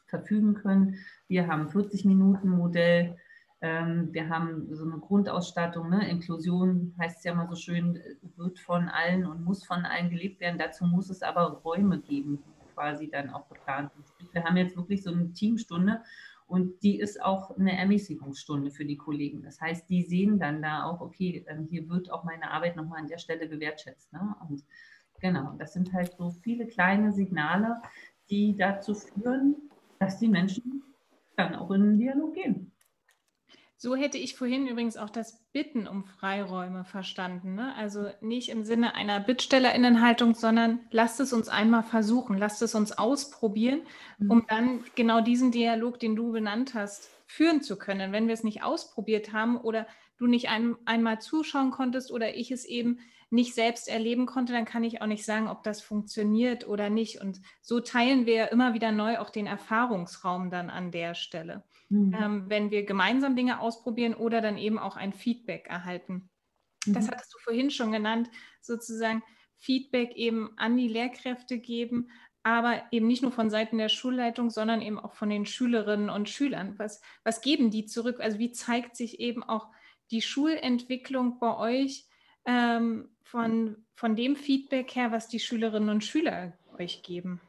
S3: verfügen können. Wir haben vierzig Minuten Modell. Wir haben so eine Grundausstattung, ne? Inklusion heißt es ja immer so schön, wird von allen und muss von allen gelebt werden. Dazu muss es aber Räume geben, die quasi dann auch geplant sind. Wir haben jetzt wirklich so eine Teamstunde und die ist auch eine Ermäßigungsstunde für die Kollegen. Das heißt, die sehen dann da auch, okay, hier wird auch meine Arbeit nochmal an der Stelle gewertschätzt. Ne? Und genau, das sind halt so viele kleine Signale, die dazu führen, dass die Menschen dann auch in den Dialog gehen.
S2: So hätte ich vorhin übrigens auch das Bitten um Freiräume verstanden. Ne? Also nicht im Sinne einer Bittstellerinnenhaltung, sondern lasst es uns einmal versuchen, lasst es uns ausprobieren, mhm. um dann genau diesen Dialog, den du benannt hast, führen zu können. Wenn wir es nicht ausprobiert haben oder du nicht ein, einmal zuschauen konntest oder ich es eben nicht selbst erleben konnte, dann kann ich auch nicht sagen, ob das funktioniert oder nicht. Und so teilen wir ja immer wieder neu auch den Erfahrungsraum dann an der Stelle. Mhm. Ähm, wenn wir gemeinsam Dinge ausprobieren oder dann eben auch ein Feedback erhalten. Mhm. Das hattest du vorhin schon genannt, sozusagen Feedback eben an die Lehrkräfte geben, aber eben nicht nur von Seiten der Schulleitung, sondern eben auch von den Schülerinnen und Schülern. Was, was geben die zurück? Also wie zeigt sich eben auch die Schulentwicklung bei euch ähm, von, von dem Feedback her, was die Schülerinnen und Schüler euch geben?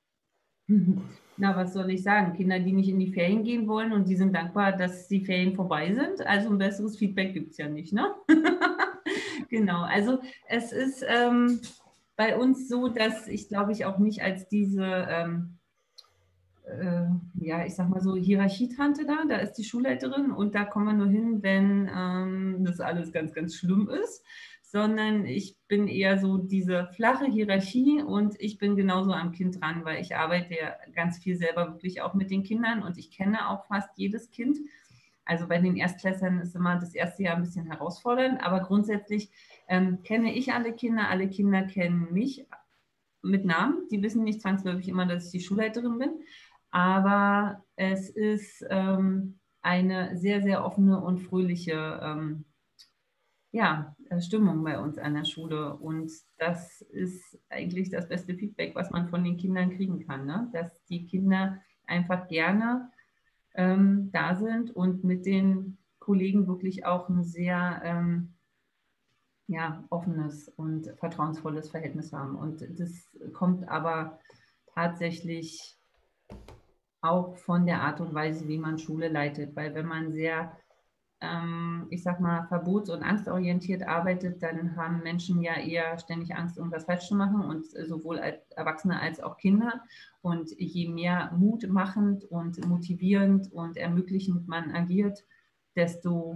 S3: Na, was soll ich sagen? Kinder, die nicht in die Ferien gehen wollen und die sind dankbar, dass die Ferien vorbei sind. Also ein besseres Feedback gibt es ja nicht, ne? Genau, also es ist ähm, bei uns so, dass ich glaube ich auch nicht als diese, ähm, äh, ja, ich sag mal so Hierarchietante da, da ist die Schulleiterin und da kommen wir nur hin, wenn ähm, das alles ganz, ganz schlimm ist, sondern ich bin eher so diese flache Hierarchie und ich bin genauso am Kind dran, weil ich arbeite ja ganz viel selber wirklich auch mit den Kindern und ich kenne auch fast jedes Kind. Also bei den Erstklässlern ist immer das erste Jahr ein bisschen herausfordernd, aber grundsätzlich ähm, kenne ich alle Kinder, alle Kinder kennen mich mit Namen. Die wissen nicht zwangsläufig immer, dass ich die Schulleiterin bin, aber es ist ähm, eine sehr, sehr offene und fröhliche ähm, ja, Stimmung bei uns an der Schule und das ist eigentlich das beste Feedback, was man von den Kindern kriegen kann, ne? Dass die Kinder einfach gerne ähm, da sind und mit den Kollegen wirklich auch ein sehr ähm, ja, offenes und vertrauensvolles Verhältnis haben und das kommt aber tatsächlich auch von der Art und Weise, wie man Schule leitet, weil wenn man sehr ich sag mal, verbots- und angstorientiert arbeitet, dann haben Menschen ja eher ständig Angst, irgendwas falsch zu machen und sowohl als Erwachsene als auch Kinder. Und je mehr mutmachend und motivierend und ermöglichend man agiert, desto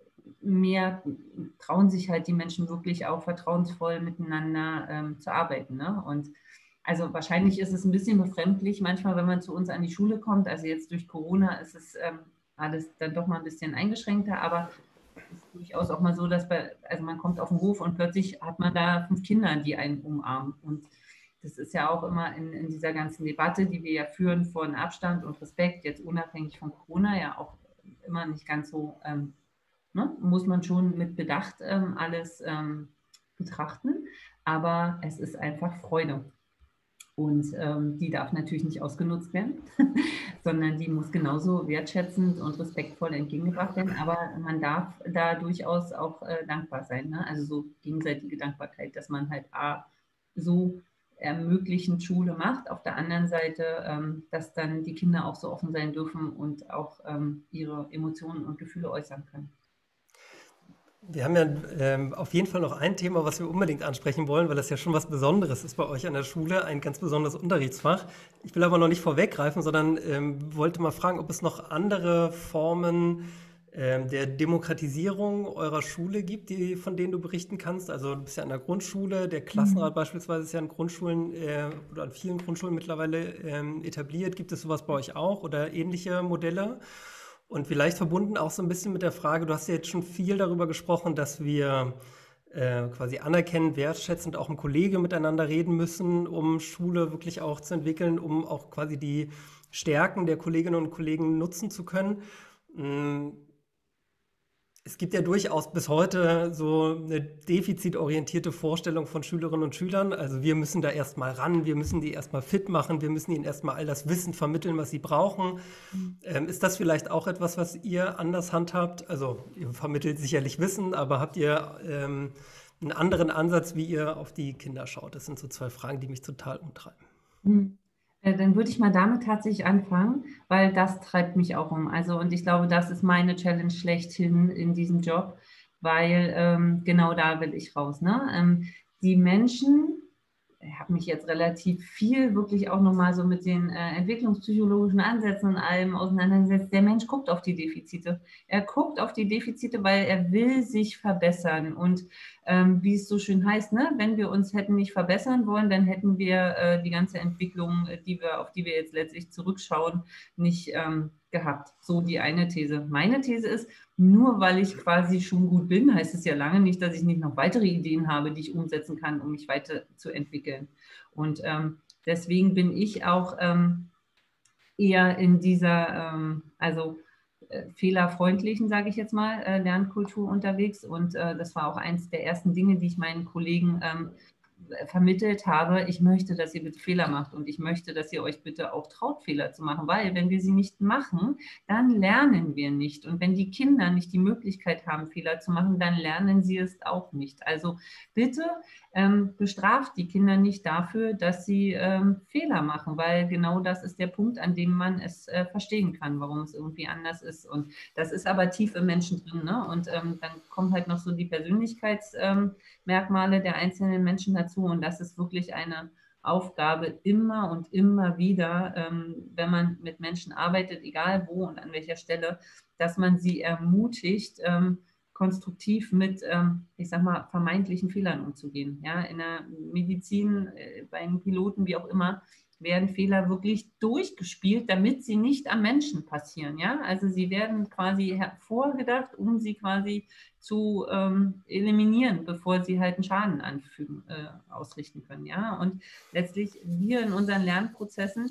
S3: mehr trauen sich halt die Menschen wirklich auch vertrauensvoll miteinander ähm, zu arbeiten. Ne? Und also wahrscheinlich ist es ein bisschen befremdlich manchmal, wenn man zu uns an die Schule kommt. Also jetzt durch Corona ist es ähm, alles dann doch mal ein bisschen eingeschränkter, aber es ist durchaus auch mal so, dass bei, also man kommt auf den Hof und plötzlich hat man da fünf Kinder, die einen umarmen. Und das ist ja auch immer in, in dieser ganzen Debatte, die wir ja führen von Abstand und Respekt, jetzt unabhängig von Corona, ja auch immer nicht ganz so, ähm, ne? Muss man schon mit Bedacht ähm, alles ähm, betrachten, aber es ist einfach Freude. Und ähm, die darf natürlich nicht ausgenutzt werden, sondern die muss genauso wertschätzend und respektvoll entgegengebracht werden. Aber man darf da durchaus auch äh, dankbar sein. Ne? Also so gegenseitige Dankbarkeit, dass man halt A, so ermöglichend Schule macht. Auf der anderen Seite, ähm, dass dann die Kinder auch so offen sein dürfen und auch ähm, ihre Emotionen und Gefühle äußern können.
S1: Wir haben ja ähm, auf jeden Fall noch ein Thema, was wir unbedingt ansprechen wollen, weil das ja schon was Besonderes ist bei euch an der Schule, ein ganz besonderes Unterrichtsfach. Ich will aber noch nicht vorweggreifen, sondern ähm, wollte mal fragen, ob es noch andere Formen ähm, der Demokratisierung eurer Schule gibt, die, von denen du berichten kannst. Also du bist ja an der Grundschule, der Klassenrat mhm. beispielsweise ist ja an Grundschulen äh, oder an vielen Grundschulen mittlerweile ähm, etabliert. Gibt es sowas bei euch auch oder ähnliche Modelle? Und vielleicht verbunden auch so ein bisschen mit der Frage, du hast ja jetzt schon viel darüber gesprochen, dass wir äh, quasi anerkennen, wertschätzend auch im Kollege miteinander reden müssen, um Schule wirklich auch zu entwickeln, um auch quasi die Stärken der Kolleginnen und Kollegen nutzen zu können. Es gibt ja durchaus bis heute so eine defizitorientierte Vorstellung von Schülerinnen und Schülern. Also wir müssen da erstmal ran, wir müssen die erstmal fit machen, wir müssen ihnen erstmal all das Wissen vermitteln, was sie brauchen.
S3: Mhm.
S1: Ähm, ist das vielleicht auch etwas, was ihr anders handhabt? Also ihr vermittelt sicherlich Wissen, aber habt ihr ähm, einen anderen Ansatz, wie ihr auf die Kinder schaut? Das sind so zwei Fragen, die mich total umtreiben.
S3: Hm. Äh, Dann würde ich mal damit tatsächlich anfangen, weil das treibt mich auch um. Also, und ich glaube, das ist meine Challenge schlechthin in diesem Job, weil ähm, genau da will ich raus. Ne? Ähm, die Menschen, ich habe mich jetzt relativ viel wirklich auch nochmal so mit den äh, entwicklungspsychologischen Ansätzen und allem auseinandergesetzt. Der Mensch guckt auf die Defizite. Er guckt auf die Defizite, weil er will sich verbessern. Und ähm, wie es so schön heißt, ne, wenn wir uns hätten nicht verbessern wollen, dann hätten wir äh, die ganze Entwicklung, die wir, auf die wir jetzt letztlich zurückschauen, nicht ähm, gehabt. So die eine These. Meine These ist, nur weil ich quasi schon gut bin, heißt es ja lange nicht, dass ich nicht noch weitere Ideen habe, die ich umsetzen kann, um mich weiterzuentwickeln. Und ähm, deswegen bin ich auch ähm, eher in dieser, ähm, also äh, fehlerfreundlichen, sage ich jetzt mal, äh, Lernkultur unterwegs. Und äh, das war auch eins der ersten Dinge, die ich meinen Kollegen ähm, vermittelt habe. Ich möchte, dass ihr bitte Fehler macht und ich möchte, dass ihr euch bitte auch traut, Fehler zu machen, weil wenn wir sie nicht machen, dann lernen wir nicht. Und wenn die Kinder nicht die Möglichkeit haben, Fehler zu machen, dann lernen sie es auch nicht. Also bitte ähm, bestraft die Kinder nicht dafür, dass sie ähm, Fehler machen, weil genau das ist der Punkt, an dem man es äh, verstehen kann, warum es irgendwie anders ist. Und das ist aber tief im Menschen drin. Ne? Und ähm, dann kommen halt noch so die Persönlichkeitsmerkmale ähm, der einzelnen Menschen dazu. Und das ist wirklich eine Aufgabe immer und immer wieder, ähm, wenn man mit Menschen arbeitet, egal wo und an welcher Stelle, dass man sie ermutigt, ähm, konstruktiv mit, ähm, ich sag mal, vermeintlichen Fehlern umzugehen. Ja, in der Medizin, äh, bei den Piloten, wie auch immer, werden Fehler wirklich durchgespielt, damit sie nicht am Menschen passieren. Ja, also sie werden quasi hervorgedacht, um sie quasi zu ähm, eliminieren, bevor sie halt einen Schaden anfügen, äh, ausrichten können. Ja, und letztlich wir in unseren Lernprozessen,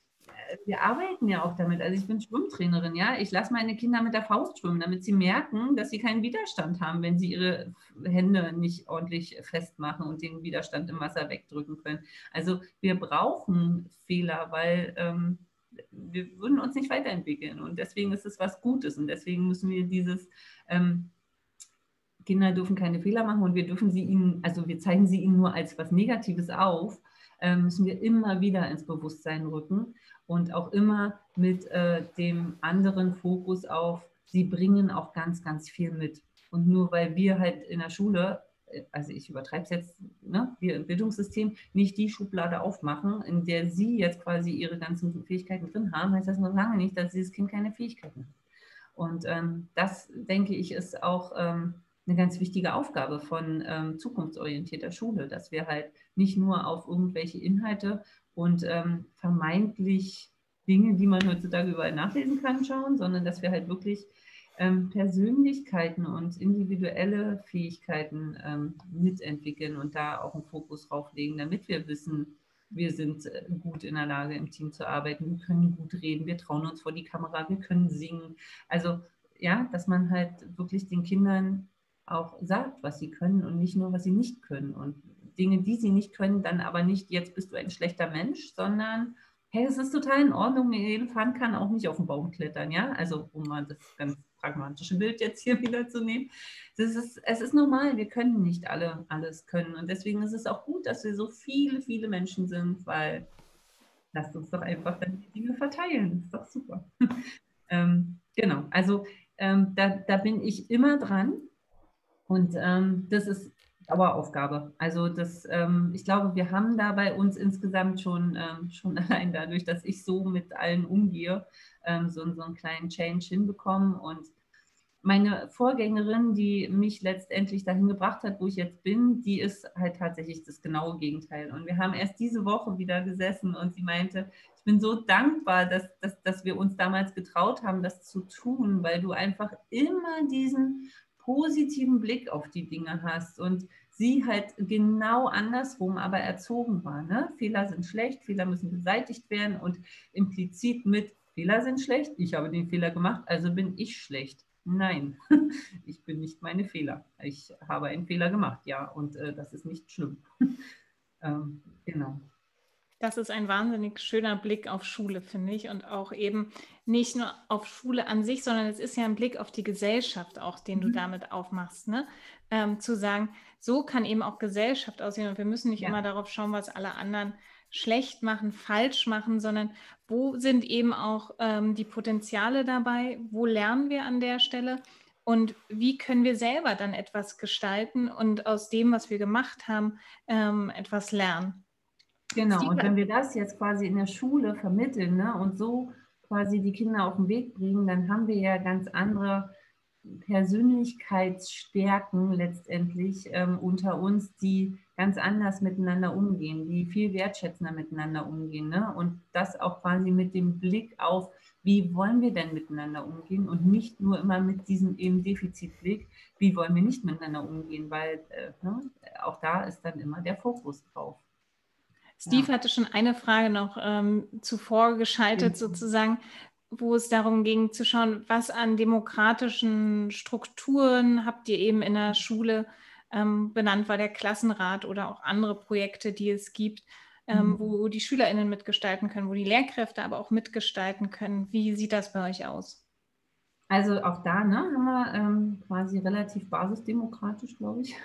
S3: wir arbeiten ja auch damit. Also ich bin Schwimmtrainerin, ja. Ich lasse meine Kinder mit der Faust schwimmen, damit sie merken, dass sie keinen Widerstand haben, wenn sie ihre Hände nicht ordentlich festmachen und den Widerstand im Wasser wegdrücken können. Also wir brauchen Fehler, weil ähm, wir würden uns nicht weiterentwickeln. Und deswegen ist es was Gutes. Und deswegen müssen wir dieses ähm, Kinder dürfen keine Fehler machen und wir dürfen sie ihnen, also wir zeigen sie ihnen nur als was Negatives auf, äh, müssen wir immer wieder ins Bewusstsein rücken und auch immer mit äh, dem anderen Fokus auf, sie bringen auch ganz, ganz viel mit. Und nur weil wir halt in der Schule, also ich übertreibe es jetzt, ne, wir im Bildungssystem nicht die Schublade aufmachen, in der sie jetzt quasi ihre ganzen Fähigkeiten drin haben, heißt das noch lange nicht, dass dieses Kind keine Fähigkeiten hat. Und ähm, das, denke ich, ist auch ähm, eine ganz wichtige Aufgabe von ähm, zukunftsorientierter Schule, dass wir halt nicht nur auf irgendwelche Inhalte und ähm, vermeintlich Dinge, die man heutzutage überall nachlesen kann, schauen, sondern dass wir halt wirklich ähm, Persönlichkeiten und individuelle Fähigkeiten ähm, mitentwickeln und da auch einen Fokus drauf legen, damit wir wissen, wir sind gut in der Lage, im Team zu arbeiten, wir können gut reden, wir trauen uns vor die Kamera, wir können singen. Also ja, dass man halt wirklich den Kindern auch sagt, was sie können und nicht nur, was sie nicht können. Und Dinge, die sie nicht können, dann aber nicht, jetzt bist du ein schlechter Mensch, sondern hey, es ist total in Ordnung, ein Elefant kann auch nicht auf den Baum klettern, ja? Also um mal das ganz pragmatische Bild jetzt hier wieder zu nehmen. Das ist, es ist normal, wir können nicht alle alles können. Und deswegen ist es auch gut, dass wir so viele, viele Menschen sind, weil lasst uns doch einfach dann die Dinge verteilen. Das ist doch super. ähm, genau, also ähm, da, da bin ich immer dran. Und ähm, das ist Daueraufgabe. Also das, ähm, ich glaube, wir haben da bei uns insgesamt schon, ähm, schon allein dadurch, dass ich so mit allen umgehe, ähm, so, so einen kleinen Change hinbekommen. Und meine Vorgängerin, die mich letztendlich dahin gebracht hat, wo ich jetzt bin, die ist halt tatsächlich das genaue Gegenteil. Und wir haben erst diese Woche wieder gesessen und sie meinte, ich bin so dankbar, dass, dass, dass wir uns damals getraut haben, das zu tun, weil du einfach immer diesen positiven Blick auf die Dinge hast und sie halt genau andersrum aber erzogen war. Ne? Fehler sind schlecht, Fehler müssen beseitigt werden und implizit mit Fehler sind schlecht, ich habe den Fehler gemacht, also bin ich schlecht. Nein, ich bin nicht meine Fehler. Ich habe einen Fehler gemacht, ja, und äh, das ist nicht schlimm. ähm, genau.
S2: Das ist ein wahnsinnig schöner Blick auf Schule, finde ich. Und auch eben nicht nur auf Schule an sich, sondern es ist ja ein Blick auf die Gesellschaft auch, den du damit aufmachst. Ne? Ähm, zu sagen, so kann eben auch Gesellschaft aussehen. Und wir müssen nicht
S3: Ja.
S2: immer darauf schauen, was alle anderen schlecht machen, falsch machen, sondern wo sind eben auch ähm, die Potenziale dabei? Wo lernen wir an der Stelle? Und wie können wir selber dann etwas gestalten und aus dem, was wir gemacht haben, ähm, etwas lernen?
S3: Genau, und wenn wir das jetzt quasi in der Schule vermitteln, ne, und so quasi die Kinder auf den Weg bringen, dann haben wir ja ganz andere Persönlichkeitsstärken letztendlich ähm, unter uns, die ganz anders miteinander umgehen, die viel wertschätzender miteinander umgehen. Ne? Und das auch quasi mit dem Blick auf, wie wollen wir denn miteinander umgehen und nicht nur immer mit diesem eben Defizitblick, wie wollen wir nicht miteinander umgehen, weil äh, ne, auch da ist dann immer der Fokus drauf.
S2: Steve ja. hatte schon eine Frage noch ähm, zuvor geschaltet, mhm. sozusagen, wo es darum ging zu schauen, was an demokratischen Strukturen habt ihr eben in der Schule ähm, benannt, war der Klassenrat oder auch andere Projekte, die es gibt, ähm, mhm. wo die SchülerInnen mitgestalten können, wo die Lehrkräfte aber auch mitgestalten können. Wie sieht das bei euch aus?
S3: Also auch da ne, haben wir ähm, quasi relativ basisdemokratisch, glaube ich,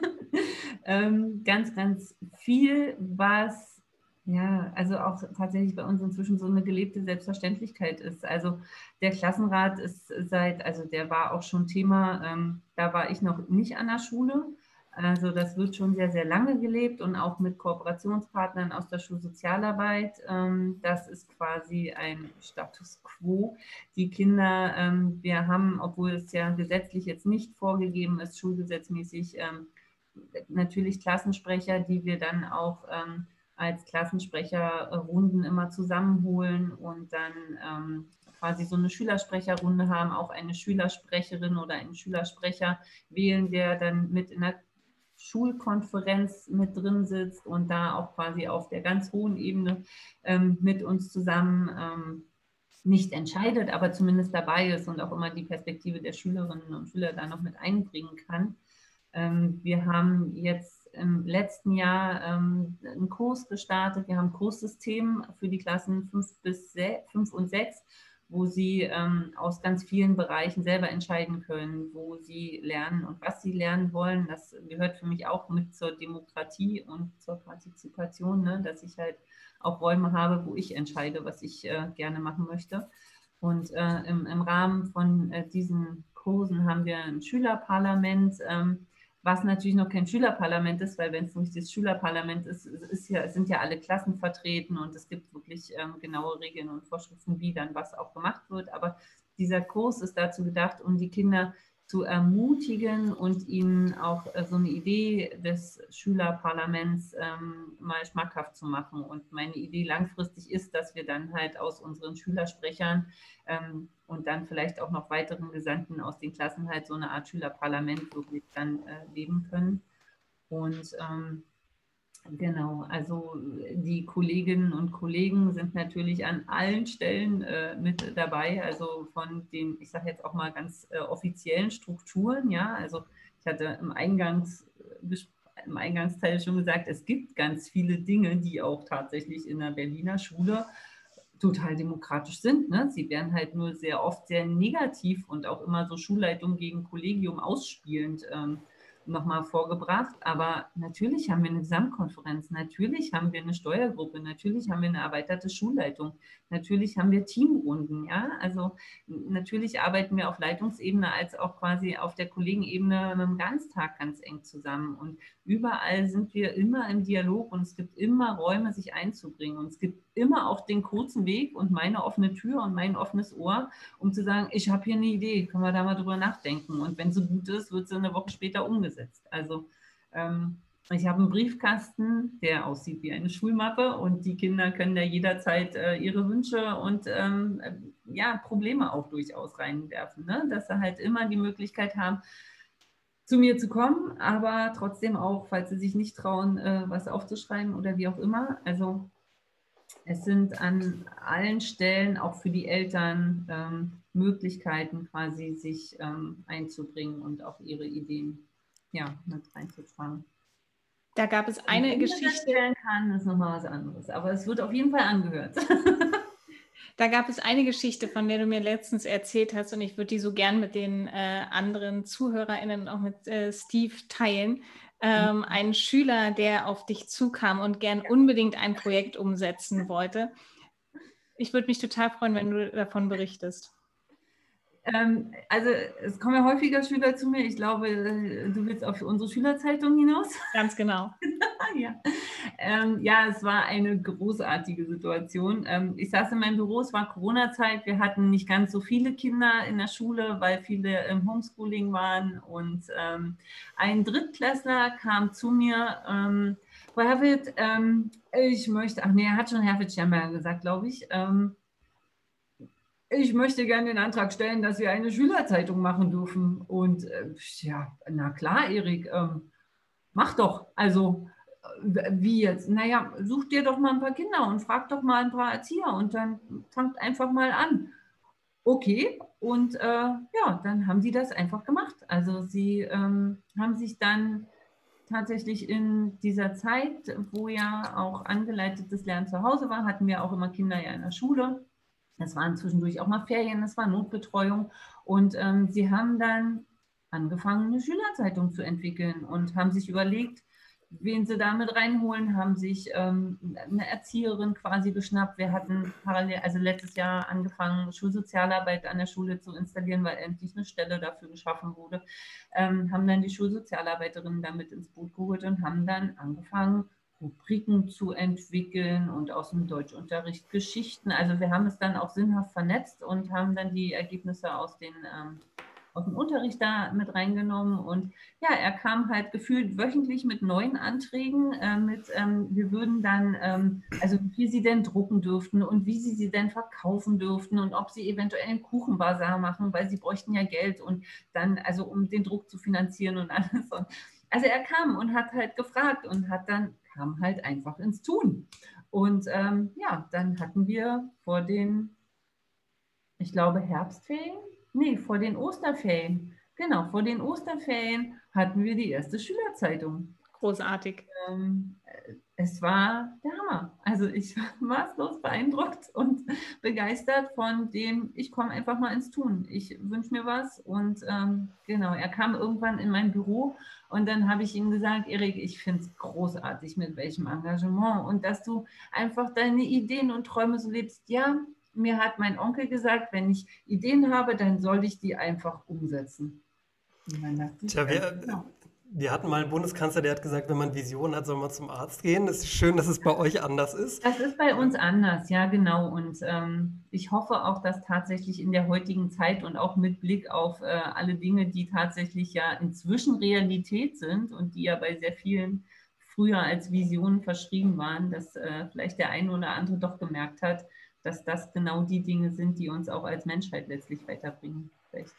S3: ähm, ganz, ganz viel, was ja, also auch tatsächlich bei uns inzwischen so eine gelebte Selbstverständlichkeit ist. Also der Klassenrat ist seit, also der war auch schon Thema, ähm, da war ich noch nicht an der Schule. Also das wird schon sehr, sehr lange gelebt und auch mit Kooperationspartnern aus der Schulsozialarbeit. Ähm, das ist quasi ein Status quo. Die Kinder, ähm, wir haben, obwohl es ja gesetzlich jetzt nicht vorgegeben ist, schulgesetzmäßig, ähm, natürlich Klassensprecher, die wir dann auch ähm, als Klassensprecherrunden immer zusammenholen und dann ähm, quasi so eine Schülersprecherrunde haben, auch eine Schülersprecherin oder einen Schülersprecher wählen, der dann mit in der Schulkonferenz mit drin sitzt und da auch quasi auf der ganz hohen Ebene ähm, mit uns zusammen ähm, nicht entscheidet, aber zumindest dabei ist und auch immer die Perspektive der Schülerinnen und Schüler da noch mit einbringen kann. Ähm, wir haben jetzt im letzten Jahr ähm, einen Kurs gestartet. Wir haben ein Kurssystem für die Klassen fünf bis fünf und sechs, wo sie ähm, aus ganz vielen Bereichen selber entscheiden können, wo sie lernen und was sie lernen wollen. Das gehört für mich auch mit zur Demokratie und zur Partizipation, ne? Dass ich halt auch Räume habe, wo ich entscheide, was ich äh, gerne machen möchte. Und äh, im, im Rahmen von äh, diesen Kursen haben wir ein Schülerparlament, ähm, was natürlich noch kein Schülerparlament ist, weil wenn es nicht das Schülerparlament ist, ist ja, sind ja alle Klassen vertreten und es gibt wirklich ähm, genaue Regeln und Vorschriften, wie dann was auch gemacht wird. Aber dieser Kurs ist dazu gedacht, um die Kinder zu ermutigen und ihnen auch äh, so eine Idee des Schülerparlaments ähm, mal schmackhaft zu machen. Und meine Idee langfristig ist, dass wir dann halt aus unseren Schülersprechern ähm, und dann vielleicht auch noch weiteren Gesandten aus den Klassen halt so eine Art Schülerparlament wirklich dann äh, leben können. Und ähm, genau, also die Kolleginnen und Kollegen sind natürlich an allen Stellen äh, mit dabei, also von den, ich sage jetzt auch mal ganz äh, offiziellen Strukturen, ja, also ich hatte im, Eingangs, im Eingangsteil schon gesagt, es gibt ganz viele Dinge, die auch tatsächlich in der Berliner Schule total demokratisch sind. Ne? Sie werden halt nur sehr oft sehr negativ und auch immer so Schulleitung gegen Kollegium ausspielend ähm, nochmal vorgebracht. Aber natürlich haben wir eine Gesamtkonferenz, natürlich haben wir eine Steuergruppe, natürlich haben wir eine erweiterte Schulleitung, natürlich haben wir Teamrunden. Ja? Also natürlich arbeiten wir auf Leitungsebene als auch quasi auf der Kollegenebene mit dem Ganztag ganz eng zusammen. Und überall sind wir immer im Dialog und es gibt immer Räume, sich einzubringen. Und es gibt immer auch den kurzen Weg und meine offene Tür und mein offenes Ohr, um zu sagen, ich habe hier eine Idee, können wir da mal drüber nachdenken. Und wenn sie gut ist, wird sie eine Woche später umgesetzt. Also ähm, ich habe einen Briefkasten, der aussieht wie eine Schulmappe und die Kinder können da jederzeit äh, ihre Wünsche und ähm, äh, ja, Probleme auch durchaus reinwerfen, ne? Dass sie halt immer die Möglichkeit haben, zu mir zu kommen, aber trotzdem auch, falls sie sich nicht trauen, äh, was aufzuschreiben oder wie auch immer. Also es sind an allen Stellen, auch für die Eltern, ähm, Möglichkeiten quasi sich ähm, einzubringen und auch ihre Ideen ja, mit reinzutragen.
S2: Da gab es eine Geschichte.
S3: Wenn man das kann, ist nochmal was anderes, aber es wird auf jeden Fall angehört.
S2: Da gab es eine Geschichte, von der du mir letztens erzählt hast, und ich würde die so gern mit den äh, anderen ZuhörerInnen und auch mit äh, Steve teilen. Ähm, mhm. Ein Schüler, der auf dich zukam und gern unbedingt ein Projekt umsetzen wollte. Ich würde mich total freuen, wenn du davon berichtest.
S3: Ähm, also es kommen ja häufiger Schüler zu mir. Ich glaube, du willst auf unsere Schülerzeitung hinaus.
S2: Ganz genau.
S3: ja. Ähm, ja, es war eine großartige Situation. Ähm, ich saß in meinem Büro, es war Corona-Zeit. Wir hatten nicht ganz so viele Kinder in der Schule, weil viele im Homeschooling waren. Und ähm, ein Drittklässler kam zu mir, ähm, Frau Herfeld, ähm, ich möchte, ach nee, er hat schon Herfeld Schemberger gesagt, glaube ich, ähm, ich möchte gerne den Antrag stellen, dass wir eine Schülerzeitung machen dürfen. Und äh, ja, na klar, Erik, ähm, mach doch. Also, äh, wie jetzt? Naja, such dir doch mal ein paar Kinder und frag doch mal ein paar Erzieher und dann fangt einfach mal an. Okay, und äh, ja, dann haben sie das einfach gemacht. Also sie ähm, haben sich dann tatsächlich in dieser Zeit, wo ja auch angeleitetes Lernen zu Hause war, hatten wir auch immer Kinder ja in der Schule. Das waren zwischendurch auch mal Ferien, das war Notbetreuung. Und ähm, sie haben dann angefangen, eine Schülerzeitung zu entwickeln und haben sich überlegt, wen sie damit reinholen, haben sich ähm, eine Erzieherin quasi geschnappt. Wir hatten parallel, also letztes Jahr angefangen, Schulsozialarbeit an der Schule zu installieren, weil endlich eine Stelle dafür geschaffen wurde. Ähm, haben dann die Schulsozialarbeiterin damit ins Boot geholt und haben dann angefangen, Rubriken zu entwickeln und aus dem Deutschunterricht Geschichten. Also wir haben es dann auch sinnhaft vernetzt und haben dann die Ergebnisse aus, den, ähm, aus dem Unterricht da mit reingenommen. Und ja, er kam halt gefühlt wöchentlich mit neuen Anträgen, äh, mit ähm, wir würden dann, ähm, also wie sie denn drucken dürften und wie sie sie denn verkaufen dürften und ob sie eventuell einen Kuchenbazar machen, weil sie bräuchten ja Geld und dann, also um den Druck zu finanzieren und alles. Und also er kam und hat halt gefragt und hat dann kam halt einfach ins Tun. Und ähm, ja, dann hatten wir vor den, ich glaube, Herbstferien, nee, vor den Osterferien, genau, vor den Osterferien hatten wir die erste Schülerzeitung.
S2: Großartig.
S3: Ähm, es war der Hammer. Also ich war maßlos beeindruckt und begeistert von dem, ich komme einfach mal ins Tun. Ich wünsche mir was und ähm, genau, er kam irgendwann in mein Büro und dann habe ich ihm gesagt, Erik, ich finde es großartig, mit welchem Engagement und dass du einfach deine Ideen und Träume so lebst. Ja, mir hat mein Onkel gesagt, wenn ich Ideen habe, dann soll ich die einfach umsetzen. Und dann dachte ich,
S1: Tja, wir, genau. Wir hatten mal einen Bundeskanzler, der hat gesagt, wenn man Visionen hat, soll man zum Arzt gehen. Es ist schön, dass es bei euch anders ist.
S3: Das ist bei uns anders, ja genau. Und ähm, ich hoffe auch, dass tatsächlich in der heutigen Zeit und auch mit Blick auf äh, alle Dinge, die tatsächlich ja inzwischen Realität sind und die ja bei sehr vielen früher als Visionen verschrieben waren, dass äh, vielleicht der eine oder andere doch gemerkt hat, dass das genau die Dinge sind, die uns auch als Menschheit letztlich weiterbringen. Vielleicht.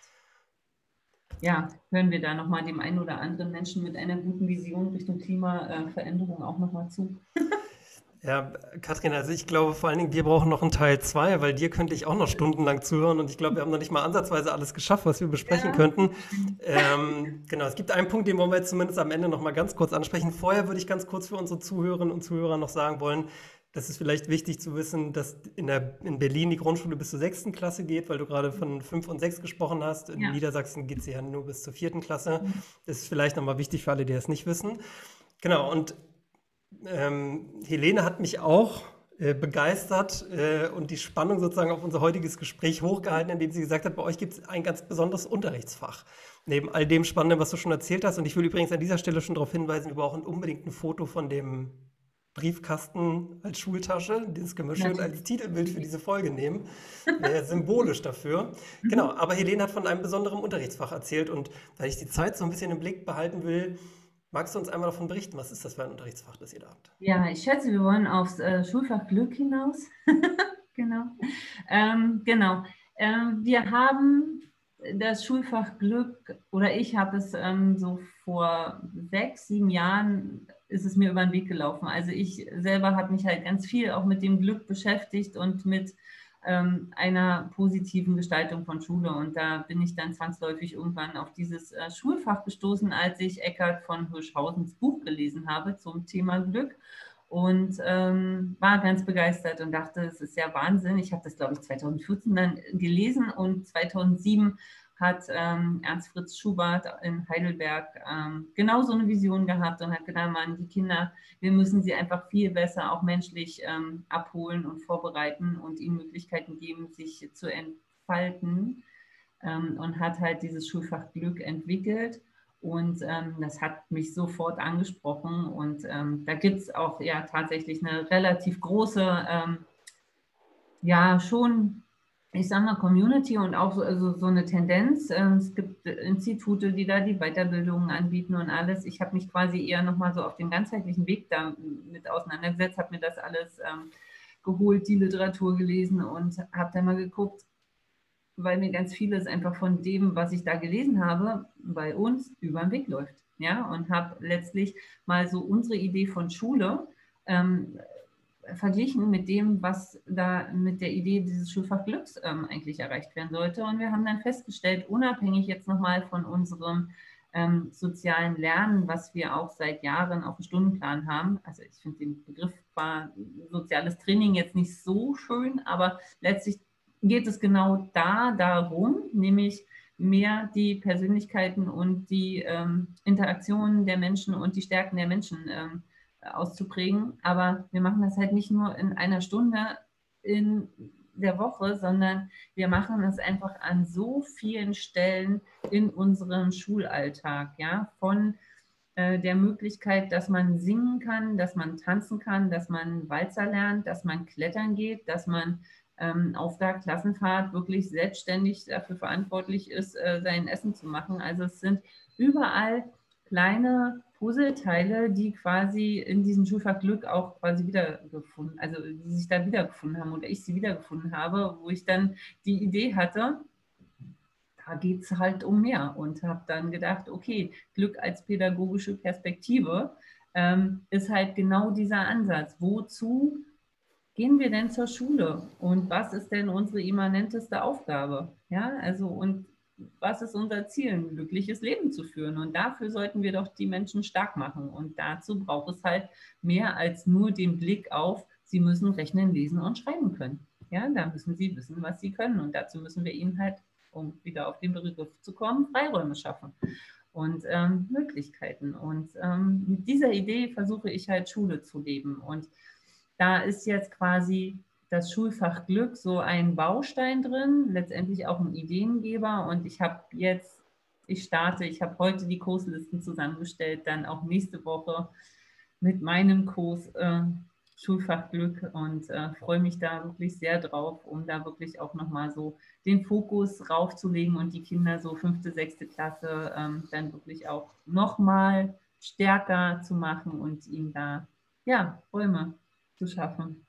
S3: Ja, hören wir da nochmal dem einen oder anderen Menschen mit einer guten Vision Richtung Klimaveränderung auch nochmal zu.
S1: Ja, Katrin, also ich glaube vor allen Dingen, wir brauchen noch einen Teil zwei, weil dir könnte ich auch noch stundenlang zuhören und ich glaube, wir haben noch nicht mal ansatzweise alles geschafft, was wir besprechen ja. könnten. Ähm, genau, es gibt einen Punkt, den wollen wir jetzt zumindest am Ende noch mal ganz kurz ansprechen. Vorher würde ich ganz kurz für unsere Zuhörerinnen und Zuhörer noch sagen wollen, das ist vielleicht wichtig zu wissen, dass in, der, in Berlin die Grundschule bis zur sechsten Klasse geht, weil du gerade von fünf und sechs gesprochen hast. In ja. Niedersachsen geht sie ja nur bis zur vierten Klasse. Das ist vielleicht nochmal wichtig für alle, die das nicht wissen. Genau, und ähm, Helene hat mich auch äh, begeistert äh, und die Spannung sozusagen auf unser heutiges Gespräch hochgehalten, indem sie gesagt hat, bei euch gibt es ein ganz besonderes Unterrichtsfach. Neben all dem Spannenden, was du schon erzählt hast. Und ich will übrigens an dieser Stelle schon darauf hinweisen, wir brauchen unbedingt ein Foto von dem Briefkasten als Schultasche, das können wir schön als Titelbild für diese Folge nehmen, wäre symbolisch dafür. Genau, aber Helene hat von einem besonderen Unterrichtsfach erzählt und weil ich die Zeit so ein bisschen im Blick behalten will, magst du uns einmal davon berichten, was ist das für ein Unterrichtsfach, das ihr da habt?
S3: Ja, ich schätze, wir wollen aufs äh, Schulfach Glück hinaus. genau. Ähm, genau. Ähm, wir haben das Schulfach Glück, oder ich habe es ähm, so vor sechs, sieben Jahren ist es mir über den Weg gelaufen. Also ich selber habe mich halt ganz viel auch mit dem Glück beschäftigt und mit ähm, einer positiven Gestaltung von Schule. Und da bin ich dann zwangsläufig irgendwann auf dieses äh, Schulfach gestoßen, als ich Eckhard von Hirschhausens Buch gelesen habe zum Thema Glück. Und ähm, war ganz begeistert und dachte, es ist ja Wahnsinn. Ich habe das, glaube ich, zweitausendvierzehn dann gelesen und zweitausendsieben hat ähm, Ernst Fritz Schubart in Heidelberg ähm, genau so eine Vision gehabt und hat gedacht, Mann, die Kinder, wir müssen sie einfach viel besser auch menschlich ähm, abholen und vorbereiten und ihnen Möglichkeiten geben, sich zu entfalten, ähm, und hat halt dieses Schulfach Glück entwickelt. Und ähm, das hat mich sofort angesprochen. Und ähm, da gibt es auch ja tatsächlich eine relativ große, ähm, ja schon, ich sage mal, Community und auch so, also so eine Tendenz. Ähm, es gibt Institute, die da die Weiterbildungen anbieten und alles. Ich habe mich quasi eher nochmal so auf den ganzheitlichen Weg damit auseinandergesetzt, habe mir das alles ähm, geholt, die Literatur gelesen und habe dann mal geguckt, weil mir ganz vieles einfach von dem, was ich da gelesen habe, bei uns über den Weg läuft. Ja, und habe letztlich mal so unsere Idee von Schule ähm, verglichen mit dem, was da mit der Idee dieses Schulfach Glücks ähm, eigentlich erreicht werden sollte. Und wir haben dann festgestellt, unabhängig jetzt nochmal von unserem ähm, sozialen Lernen, was wir auch seit Jahren auf dem Stundenplan haben. Also ich finde den Begriff war soziales Training jetzt nicht so schön, aber letztlich geht es genau da darum, nämlich mehr die Persönlichkeiten und die ähm, Interaktionen der Menschen und die Stärken der Menschen ähm, auszuprägen. Aber wir machen das halt nicht nur in einer Stunde in der Woche, sondern wir machen es einfach an so vielen Stellen in unserem Schulalltag, ja, von äh, der Möglichkeit, dass man singen kann, dass man tanzen kann, dass man Walzer lernt, dass man klettern geht, dass man auf der Klassenfahrt wirklich selbstständig dafür verantwortlich ist, sein Essen zu machen. Also es sind überall kleine Puzzleteile, die quasi in diesem Schulfach Glück auch quasi wiedergefunden, also die sich da wiedergefunden haben oder ich sie wiedergefunden habe, wo ich dann die Idee hatte, da geht es halt um mehr und habe dann gedacht, okay, Glück als pädagogische Perspektive ähm, ist halt genau dieser Ansatz. Wozu gehen wir denn zur Schule und was ist denn unsere immanenteste Aufgabe? Ja, also und was ist unser Ziel, ein glückliches Leben zu führen? Und dafür sollten wir doch die Menschen stark machen. Und dazu braucht es halt mehr als nur den Blick auf, sie müssen rechnen, lesen und schreiben können. Ja, da müssen sie wissen, was sie können. Und dazu müssen wir ihnen halt, um wieder auf den Begriff zu kommen, Freiräume schaffen und ähm, Möglichkeiten. Und ähm, mit dieser Idee versuche ich halt Schule zu leben. Und da ist jetzt quasi das Schulfach Glück so ein Baustein drin, letztendlich auch ein Ideengeber. Und ich habe jetzt, ich starte, ich habe heute die Kurslisten zusammengestellt, dann auch nächste Woche mit meinem Kurs äh, Schulfach Glück und äh, freue mich da wirklich sehr drauf, um da wirklich auch nochmal so den Fokus raufzulegen und die Kinder so fünfte, sechste Klasse ähm, dann wirklich auch nochmal stärker zu machen und ihnen da, ja, Räume zu schaffen.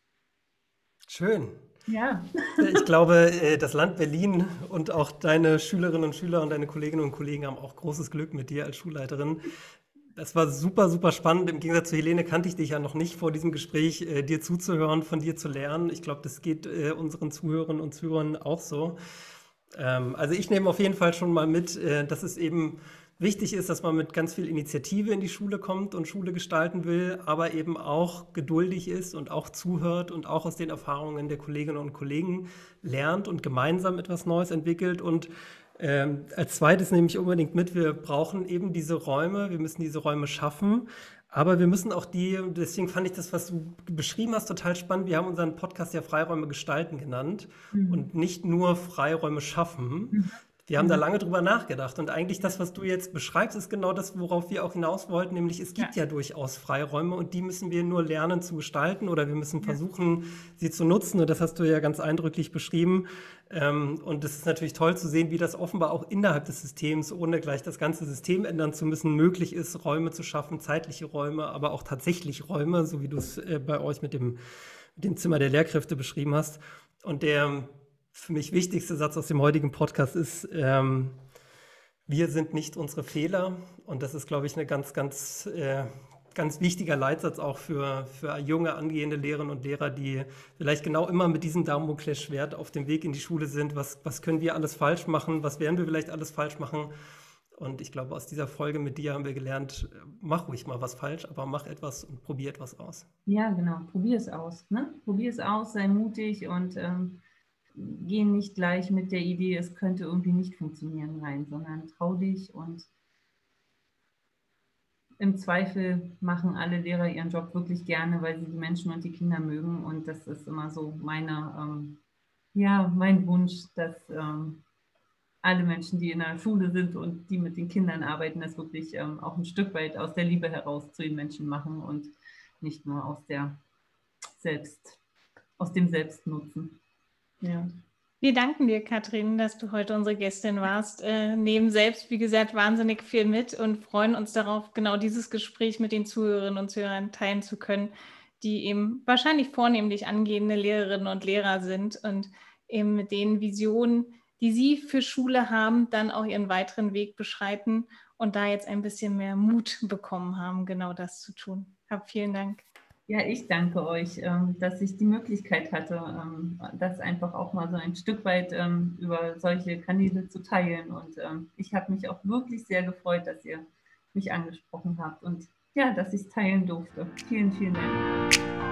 S1: Schön.
S3: Ja.
S1: Ich glaube, das Land Berlin und auch deine Schülerinnen und Schüler und deine Kolleginnen und Kollegen haben auch großes Glück mit dir als Schulleiterin. Das war super, super spannend. Im Gegensatz zu Helene kannte ich dich ja noch nicht vor diesem Gespräch, äh, dir zuzuhören, von dir zu lernen. Ich glaube, das geht äh, unseren Zuhörern und Zuhörern auch so. Ähm, also ich nehme auf jeden Fall schon mal mit, äh, dass es eben wichtig ist, dass man mit ganz viel Initiative in die Schule kommt und Schule gestalten will, aber eben auch geduldig ist und auch zuhört und auch aus den Erfahrungen der Kolleginnen und Kollegen lernt und gemeinsam etwas Neues entwickelt. Und ähm, als zweites nehme ich unbedingt mit, wir brauchen eben diese Räume, wir müssen diese Räume schaffen, aber wir müssen auch die, deswegen fand ich das, was du beschrieben hast, total spannend. Wir haben unseren Podcast ja Freiräume gestalten genannt mhm. und nicht nur Freiräume schaffen. Mhm. Wir haben da lange drüber nachgedacht und eigentlich das, was du jetzt beschreibst, ist genau das, worauf wir auch hinaus wollten, nämlich es gibt ja, ja durchaus Freiräume und die müssen wir nur lernen zu gestalten oder wir müssen versuchen, ja. sie zu nutzen und das hast du ja ganz eindrücklich beschrieben und es ist natürlich toll zu sehen, wie das offenbar auch innerhalb des Systems, ohne gleich das ganze System ändern zu müssen, möglich ist, Räume zu schaffen, zeitliche Räume, aber auch tatsächlich Räume, so wie du es bei euch mit dem, mit dem Zimmer der Lehrkräfte beschrieben hast und der für mich wichtigste Satz aus dem heutigen Podcast ist, ähm, wir sind nicht unsere Fehler. Und das ist, glaube ich, eine ganz, ganz, äh, ganz wichtiger Leitsatz auch für, für junge angehende Lehrerinnen und Lehrer, die vielleicht genau immer mit diesem Damoklesschwert auf dem Weg in die Schule sind. Was, was können wir alles falsch machen? Was werden wir vielleicht alles falsch machen? Und ich glaube, aus dieser Folge mit dir haben wir gelernt, mach ruhig mal was falsch, aber mach etwas und probier etwas aus.
S3: Ja, genau. Probier es aus. Ne? Probier es aus, sei mutig und ähm, geh nicht gleich mit der Idee, es könnte irgendwie nicht funktionieren rein, sondern trau dich und im Zweifel machen alle Lehrer ihren Job wirklich gerne, weil sie die Menschen und die Kinder mögen. Und das ist immer so meine, ähm, ja, mein Wunsch, dass ähm, alle Menschen, die in der Schule sind und die mit den Kindern arbeiten, das wirklich ähm, auch ein Stück weit aus der Liebe heraus zu den Menschen machen und nicht nur aus der Selbst, aus dem Selbstnutzen. Ja.
S2: Wir danken dir, Katrin, dass du heute unsere Gästin warst. Äh, nehmen selbst, wie gesagt, wahnsinnig viel mit und freuen uns darauf, genau dieses Gespräch mit den Zuhörerinnen und Zuhörern teilen zu können, die eben wahrscheinlich vornehmlich angehende Lehrerinnen und Lehrer sind und eben mit den Visionen, die sie für Schule haben, dann auch ihren weiteren Weg beschreiten und da jetzt ein bisschen mehr Mut bekommen haben, genau das zu tun. Hab vielen Dank.
S3: Ja, ich danke euch, dass ich die Möglichkeit hatte, das einfach auch mal so ein Stück weit über solche Kanäle zu teilen. Und ich habe mich auch wirklich sehr gefreut, dass ihr mich angesprochen habt und ja, dass ich es teilen durfte. Vielen, vielen Dank.